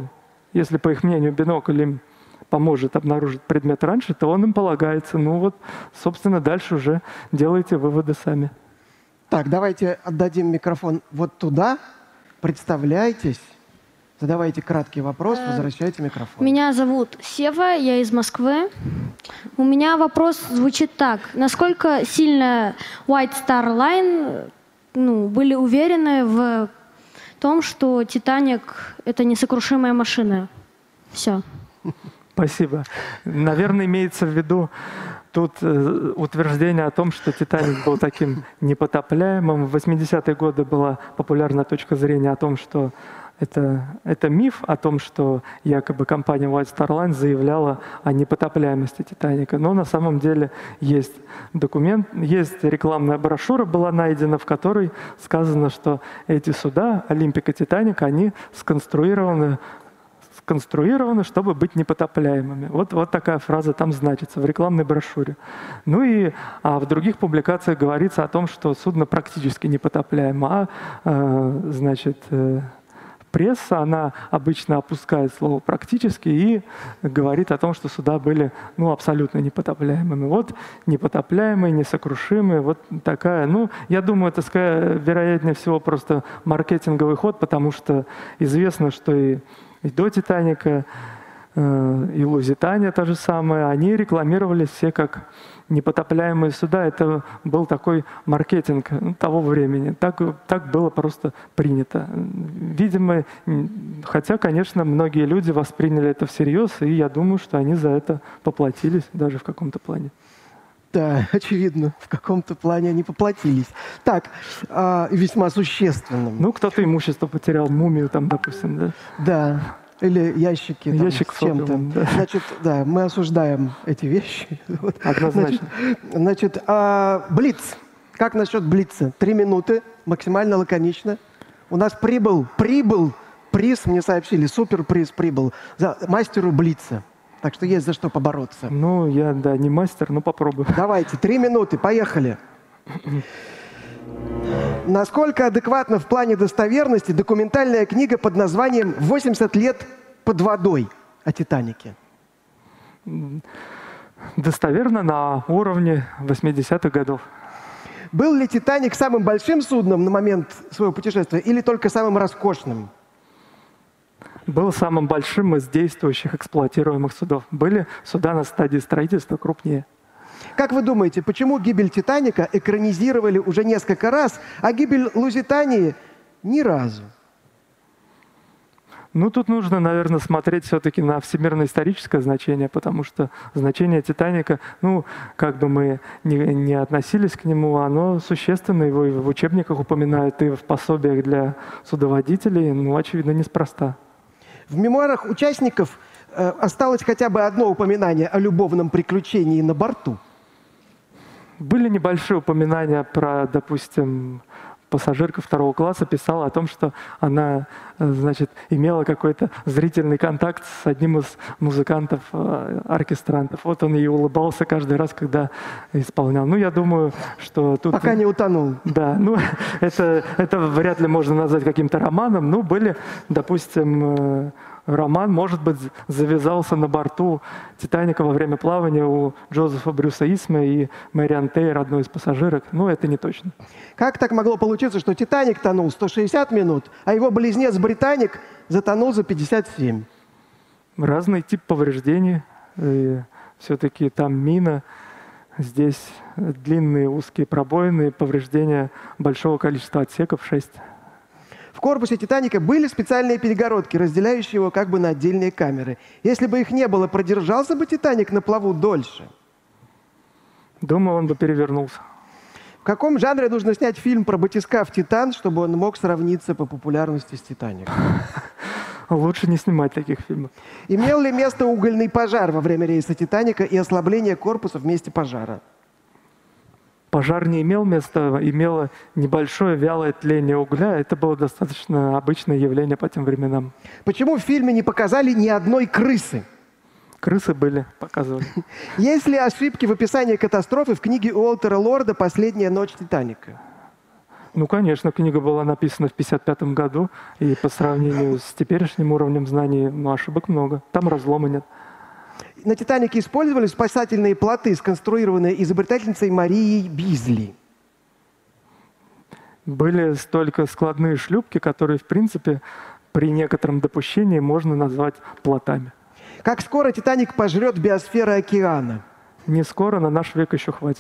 [SPEAKER 3] Если, по их мнению, бинокль им поможет обнаружить предмет раньше, то он им полагается. Ну вот, собственно, дальше уже делайте выводы сами.
[SPEAKER 2] Так, давайте отдадим микрофон вот туда. Представляйтесь, задавайте краткий вопрос, возвращайте микрофон.
[SPEAKER 6] Меня зовут Сева, я из Москвы. У меня вопрос звучит так. Насколько сильно White Star Line ну, были уверены в том, что «Титаник» — это несокрушимая машина? Все.
[SPEAKER 3] Спасибо. Наверное, имеется в виду тут э, утверждение о том, что «Титаник» был таким непотопляемым. В восьмидесятые годы была популярна точка зрения о том, что это, это миф, о том, что якобы компания White Star Line заявляла о непотопляемости «Титаника». Но на самом деле есть документ, есть рекламная брошюра была найдена, в которой сказано, что эти суда «Олимпик» и «Титаник», они сконструированы конструированы, чтобы быть непотопляемыми. Вот, вот такая фраза там значится в рекламной брошюре. Ну и а в других публикациях говорится о том, что судно практически непотопляемо, а э, значит, э, пресса, она обычно опускает слово «практически» и говорит о том, что суда были ну, абсолютно непотопляемыми. Вот непотопляемые, несокрушимые, вот такая. Ну, я думаю, это, вероятнее всего, просто маркетинговый ход, потому что известно, что и И до «Титаника», и «Лузитания» та же самая, они рекламировались все как непотопляемые суда. Это был такой маркетинг того времени. Так, так было просто принято. Видимо, хотя, конечно, многие люди восприняли это всерьез, и я думаю, что они за это поплатились даже в каком-то плане.
[SPEAKER 2] Да, очевидно, в каком-то плане они поплатились. Так, э, весьма существенным.
[SPEAKER 3] Ну, кто-то имущество потерял, мумию там, допустим, да?
[SPEAKER 2] Да, или ящики там,
[SPEAKER 3] Ящик
[SPEAKER 2] с чем-то.
[SPEAKER 3] Да.
[SPEAKER 2] Значит, да, мы осуждаем эти вещи.
[SPEAKER 3] Однозначно.
[SPEAKER 2] Значит, значит э, блиц. Как насчет блица? Три минуты, максимально лаконично. У нас прибыл, прибыл приз, мне сообщили, суперприз прибыл за мастеру блица. Так что есть за что побороться.
[SPEAKER 3] Ну, я, да, не мастер, но попробую.
[SPEAKER 2] Давайте, три минуты, поехали. Насколько адекватна в плане достоверности документальная книга под названием «восемьдесят лет под водой» о «Титанике»?
[SPEAKER 3] Достоверно на уровне восьмидесятых годов.
[SPEAKER 2] Был ли «Титаник» самым большим судном на момент своего путешествия или только самым роскошным?
[SPEAKER 3] Был самым большим из действующих эксплуатируемых судов. Были суда на стадии строительства крупнее.
[SPEAKER 2] Как вы думаете, почему гибель «Титаника» экранизировали уже несколько раз, а гибель «Лузитании» ни разу?
[SPEAKER 3] Ну, тут нужно, наверное, смотреть все-таки на всемирно-историческое значение, потому что значение «Титаника», ну, как бы мы ни, не относились к нему, оно существенно, его и в учебниках упоминают, и в пособиях для судоводителей, ну, очевидно, неспроста.
[SPEAKER 2] В мемуарах участников э, осталось хотя бы одно упоминание о любовном приключении на борту.
[SPEAKER 3] Были небольшие упоминания про, допустим, пассажирка второго класса писала о том, что она, значит, имела какой-то зрительный контакт с одним из музыкантов, оркестрантов. Вот он ей улыбался каждый раз, когда исполнял. Ну, я думаю, что тут...
[SPEAKER 2] Пока не утонул.
[SPEAKER 3] Да, ну, это, это вряд ли можно назвать каким-то романом. Ну, были, допустим, роман, может быть, завязался на борту «Титаника» во время плавания у Джозефа Брюса Исмы и Мэриан Тейр, одной из пассажирок. Ну, это не точно.
[SPEAKER 2] Как так могло получиться, что «Титаник» тонул сто шестьдесят минут, а его близнец «Британик» затонул за пятьдесят семь?
[SPEAKER 3] Разный тип повреждений. Все-таки там мина, здесь длинные узкие пробоины, повреждения большого количества отсеков, шесть.
[SPEAKER 2] В корпусе «Титаника» были специальные перегородки, разделяющие его как бы на отдельные камеры. Если бы их не было, продержался бы «Титаник» на плаву дольше?
[SPEAKER 3] Думаю, он бы перевернулся.
[SPEAKER 2] В каком жанре нужно снять фильм про батискаф «Титан», чтобы он мог сравниться по популярности с «Титаником»?
[SPEAKER 3] Лучше не снимать таких фильмов.
[SPEAKER 2] Имел ли место угольный пожар во время рейса «Титаника» и ослабление корпуса в месте пожара?
[SPEAKER 3] Пожар не имел места, имело небольшое вялое тление угля. Это было достаточно обычное явление по тем временам.
[SPEAKER 2] Почему в фильме не показали ни одной крысы?
[SPEAKER 3] Крысы были, показывали.
[SPEAKER 2] Есть ли ошибки в описании катастрофы в книге Уолтера Лорда «Последняя ночь Титаника»?
[SPEAKER 3] Ну, конечно, книга была написана в пятьдесят пятом году, и по сравнению с теперешним уровнем знаний, ну, ошибок много. Там разлома нет.
[SPEAKER 2] На «Титанике» использовали спасательные плоты, сконструированные изобретательницей Марией Бизли.
[SPEAKER 3] Были столько складные шлюпки, которые, в принципе, при некотором допущении можно назвать плотами.
[SPEAKER 2] Как скоро «Титаник» пожрет биосферы океана?
[SPEAKER 3] Не скоро, на наш век еще хватит.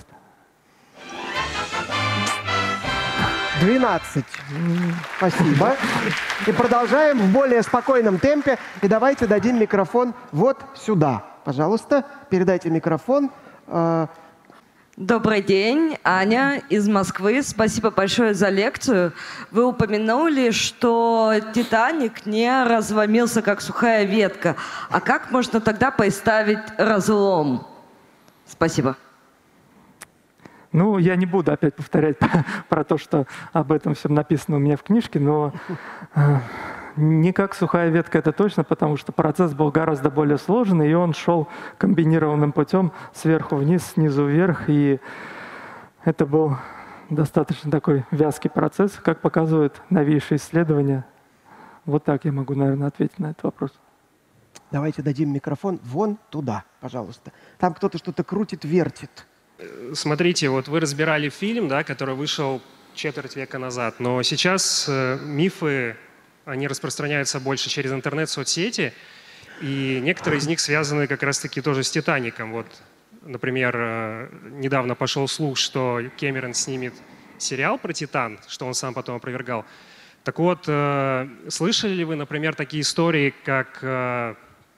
[SPEAKER 2] двенадцать. Спасибо. И продолжаем в более спокойном темпе. И давайте дадим микрофон вот сюда. Пожалуйста, передайте микрофон.
[SPEAKER 7] Добрый день, Аня из Москвы. Спасибо большое за лекцию. Вы упомянули, что «Титаник» не разломился, как сухая ветка. А как можно тогда поставить разлом? Спасибо.
[SPEAKER 3] Ну, я не буду опять повторять про то, что об этом всем написано у меня в книжке, но э, не как сухая ветка, это точно, потому что процесс был гораздо более сложный, и он шел комбинированным путем сверху вниз, снизу вверх, и это был достаточно такой вязкий процесс, как показывают новейшие исследования. Вот так я могу, наверное, ответить на этот вопрос.
[SPEAKER 2] Давайте дадим микрофон вон туда, пожалуйста. Там кто-то что-то крутит, вертит.
[SPEAKER 8] Смотрите, вот вы разбирали фильм, да, который вышел четверть века назад, но сейчас э, мифы, они распространяются больше через интернет, соцсети, и некоторые из них связаны как раз-таки тоже с «Титаником». Вот, например, э, недавно пошел слух, что Кэмерон снимет сериал про «Титан», что он сам потом опровергал. Так вот, э, слышали ли вы, например, такие истории, как э,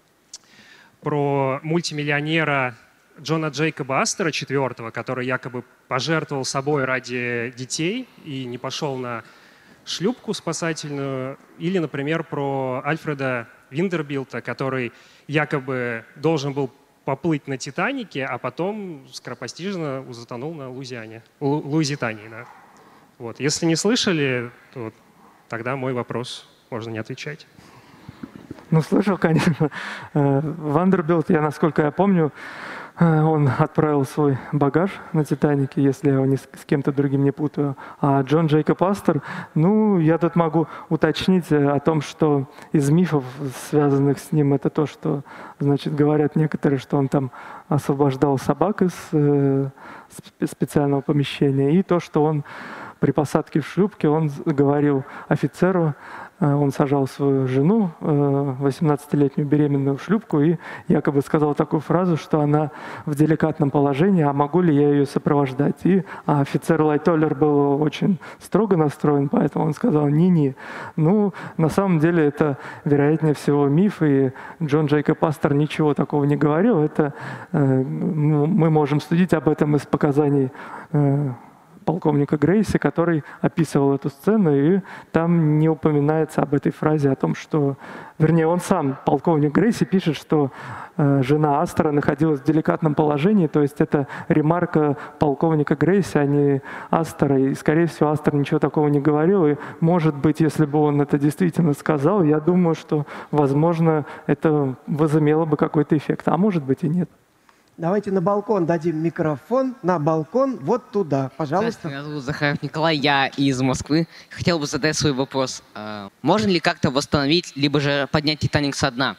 [SPEAKER 8] про мультимиллионера Джона Джейкоба Астера, четвертого, который якобы пожертвовал собой ради детей и не пошел на шлюпку спасательную, или, например, про Альфреда Виндербилта, который якобы должен был поплыть на «Титанике», а потом скоропостижно затонул на Луизиане, Лу, Луизитании. Да. Вот. Если не слышали, то тогда мой вопрос можно не отвечать.
[SPEAKER 3] Ну, слышал, конечно. Вандербилт, я, насколько я помню, он отправил свой багаж на «Титанике», если я его ни с, с кем-то другим не путаю. А Джон Джейкоб Астер, ну, я тут могу уточнить о том, что из мифов, связанных с ним, это то, что, значит, говорят некоторые, что он там освобождал собак из э, специального помещения, и то, что он при посадке в шлюпке, он говорил офицеру, он сажал свою жену, восемнадцатилетнюю беременную, в шлюпку и якобы сказал такую фразу, что она в деликатном положении, а могу ли я ее сопровождать? И а офицер Лайтоллер был очень строго настроен, поэтому он сказал «не-не». Ну, на самом деле это, вероятнее всего, миф, и Джон Джейкоб Астер ничего такого не говорил. Это мы можем судить об этом из показаний полковника Грейси, который описывал эту сцену, и там не упоминается об этой фразе о том, что... Вернее, он сам, полковник Грейси, пишет, что э, жена Астера находилась в деликатном положении, то есть это ремарка полковника Грейси, а не Астера, и, скорее всего, Астер ничего такого не говорил, и, может быть, если бы он это действительно сказал, я думаю, что, возможно, это возымело бы какой-то эффект, а может быть и нет.
[SPEAKER 2] Давайте на балкон дадим микрофон. На балкон вот туда, пожалуйста.
[SPEAKER 9] Меня зовут Захаров Николай, я из Москвы. Хотел бы задать свой вопрос. Можно ли как-то восстановить, либо же поднять «Титаник» со дна?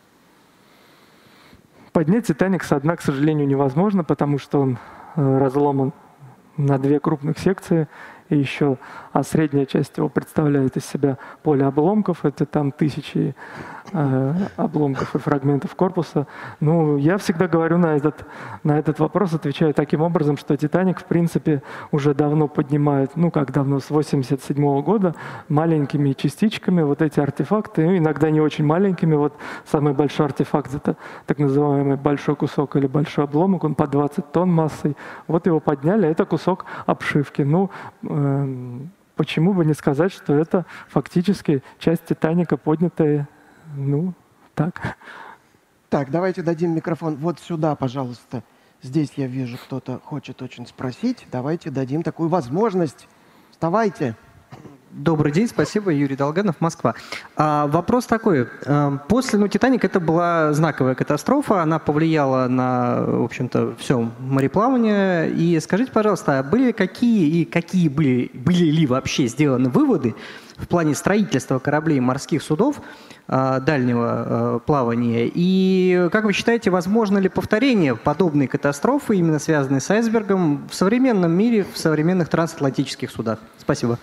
[SPEAKER 3] Поднять «Титаник» со дна, к сожалению, невозможно, потому что он разломан на две крупных секции. И еще, а средняя часть его представляет из себя поле обломков. Это там тысячи э, обломков и фрагментов корпуса. Ну, я всегда говорю на этот, на этот вопрос, отвечаю таким образом, что «Титаник», в принципе, уже давно поднимает, ну, как давно, с восемьдесят седьмого года, маленькими частичками вот эти артефакты, ну, иногда не очень маленькими. Вот самый большой артефакт — это так называемый большой кусок или большой обломок, он по двадцать тонн массой. Вот его подняли, это кусок обшивки. Ну, почему бы не сказать, что это фактически часть «Титаника», поднятая, ну, так.
[SPEAKER 2] Так, давайте дадим микрофон вот сюда, пожалуйста. Здесь я вижу, кто-то хочет очень спросить. Давайте дадим такую возможность. Вставайте.
[SPEAKER 10] Добрый день, спасибо. Юрий Долганов, Москва. А, вопрос такой. После, ну, «Титаник» это была знаковая катастрофа, она повлияла на, в общем-то, все мореплавание. И скажите, пожалуйста, были какие и какие были, были ли вообще сделаны выводы в плане строительства кораблей и морских судов а, дальнего а, плавания? И как вы считаете, возможно ли повторение подобной катастрофы, именно связанной с айсбергом, в современном мире, в современных трансатлантических судах? Спасибо.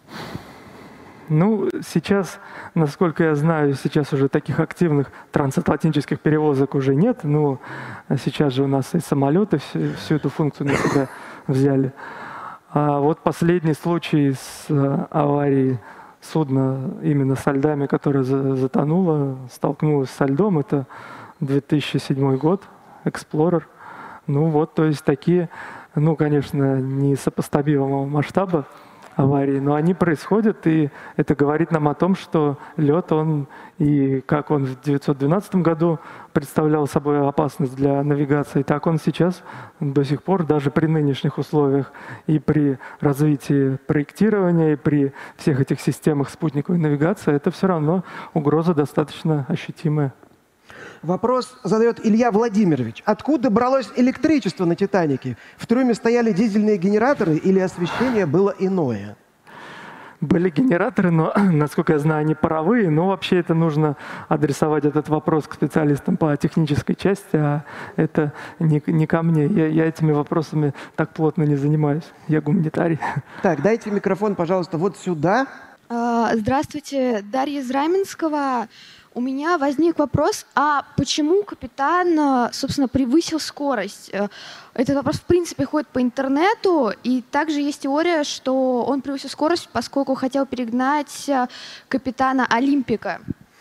[SPEAKER 3] Ну, сейчас, насколько я знаю, сейчас уже таких активных трансатлантических перевозок уже нет. Ну, сейчас же у нас и самолеты всю, всю эту функцию на себя взяли. А вот последний случай с аварией судна именно со льдами, которое затонуло, столкнулось со льдом, это две тысячи седьмой год, Explorer. Ну вот, то есть такие, ну, конечно, несопоставимого масштаба аварии, но они происходят, и это говорит нам о том, что лед, он и как он в тысяча девятьсот двенадцатом году представлял собой опасность для навигации, так он сейчас до сих пор, даже при нынешних условиях и при развитии проектирования, и при всех этих системах спутниковой навигации, это все равно угроза достаточно ощутимая.
[SPEAKER 2] Вопрос задает Илья Владимирович. Откуда бралось электричество на «Титанике»? В трюме стояли дизельные генераторы или освещение было иное?
[SPEAKER 3] Были генераторы, но, насколько я знаю, они паровые. Но вообще это нужно адресовать этот вопрос к специалистам по технической части, а это не, не ко мне. Я, я этими вопросами так плотно не занимаюсь. Я гуманитарий.
[SPEAKER 2] Так, дайте микрофон, пожалуйста, вот сюда.
[SPEAKER 11] Здравствуйте, Дарья из Раменского. У меня возник вопрос, а почему капитан, собственно, превысил скорость? Этот вопрос, в принципе, ходит по интернету, и также есть теория, что он превысил скорость, поскольку хотел перегнать капитана Олимпика.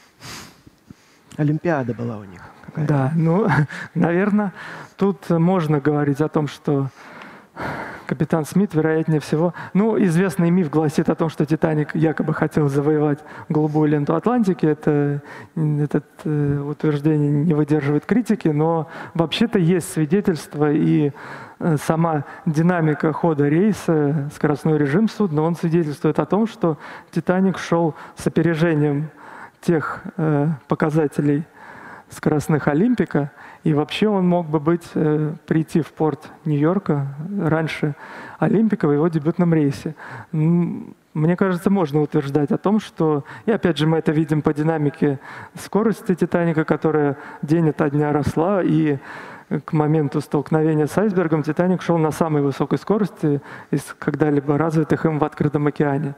[SPEAKER 2] Олимпиада была у них. Какая-то.
[SPEAKER 3] Да, ну, наверное, тут можно говорить о том, что капитан Смит, вероятнее всего... Ну, известный миф гласит о том, что «Титаник» якобы хотел завоевать голубую ленту Атлантики. Это, это э, утверждение не выдерживает критики, но вообще-то есть свидетельства, и э, сама динамика хода рейса, скоростной режим судна, он свидетельствует о том, что «Титаник» шел с опережением тех э, показателей скоростных Олимпика, и вообще он мог бы быть, э, прийти в порт Нью-Йорка раньше Олимпика в его дебютном рейсе. Мне кажется, можно утверждать о том, что, и опять же мы это видим по динамике скорости «Титаника», которая день ото дня росла, и к моменту столкновения с айсбергом «Титаник» шел на самой высокой скорости из когда-либо развитых им в открытом океане.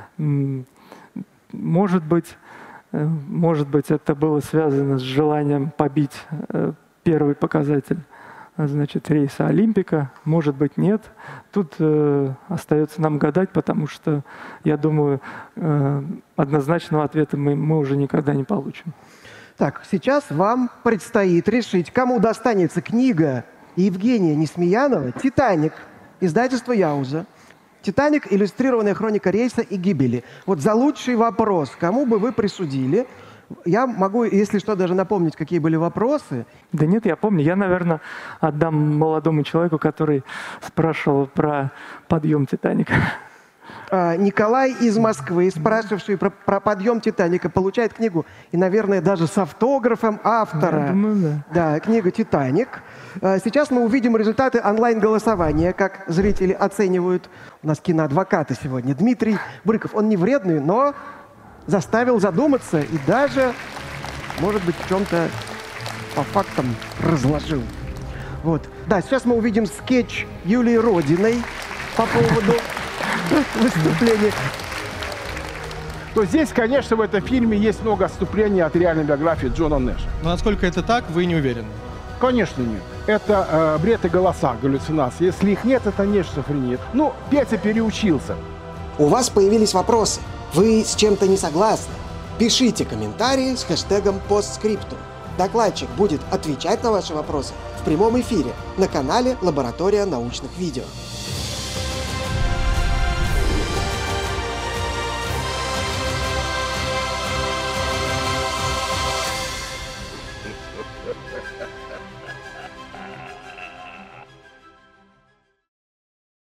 [SPEAKER 3] Может быть, Может быть, это было связано с желанием побить первый показатель, значит, рейса Олимпика. Может быть, нет. Тут э, остается нам гадать, потому что, я думаю, э, однозначного ответа мы, мы уже никогда не получим.
[SPEAKER 2] Так, сейчас вам предстоит решить, кому достанется книга Евгения Несмеянова «Титаник», издательство Яуза. «Титаник. Иллюстрированная хроника рейса и гибели». Вот за лучший вопрос, кому бы вы присудили? Я могу, если что, даже напомнить, какие были вопросы.
[SPEAKER 3] Да нет, я помню. Я, наверное, отдам молодому человеку, который спрашивал про подъем «Титаника».
[SPEAKER 2] Николай из Москвы, спрашивавший про, про подъем «Титаника», получает книгу, и, наверное, даже с автографом автора.
[SPEAKER 3] Я думаю, да.
[SPEAKER 2] Да, книга «Титаник». Сейчас мы увидим результаты онлайн-голосования, как зрители оценивают. У нас киноадвокаты сегодня. Дмитрий Брыков. Он не вредный, но заставил задуматься и даже, может быть, в чем-то по фактам разложил. Вот. Да, сейчас мы увидим скетч Юлии Родиной по поводу выступления.
[SPEAKER 12] То здесь, конечно, в этом фильме есть много отступлений от реальной биографии Джона Нэша.
[SPEAKER 13] Но насколько это так, вы не уверены?
[SPEAKER 12] Конечно, нет. Это э, бред и голоса, галлюцинации. Если их нет, это не шизофрения. Ну, Петя переучился.
[SPEAKER 5] У вас появились вопросы. Вы с чем-то не согласны? Пишите комментарии с хэштегом постскриптум. Докладчик будет отвечать на ваши вопросы в прямом эфире на канале «Лаборатория научных видео».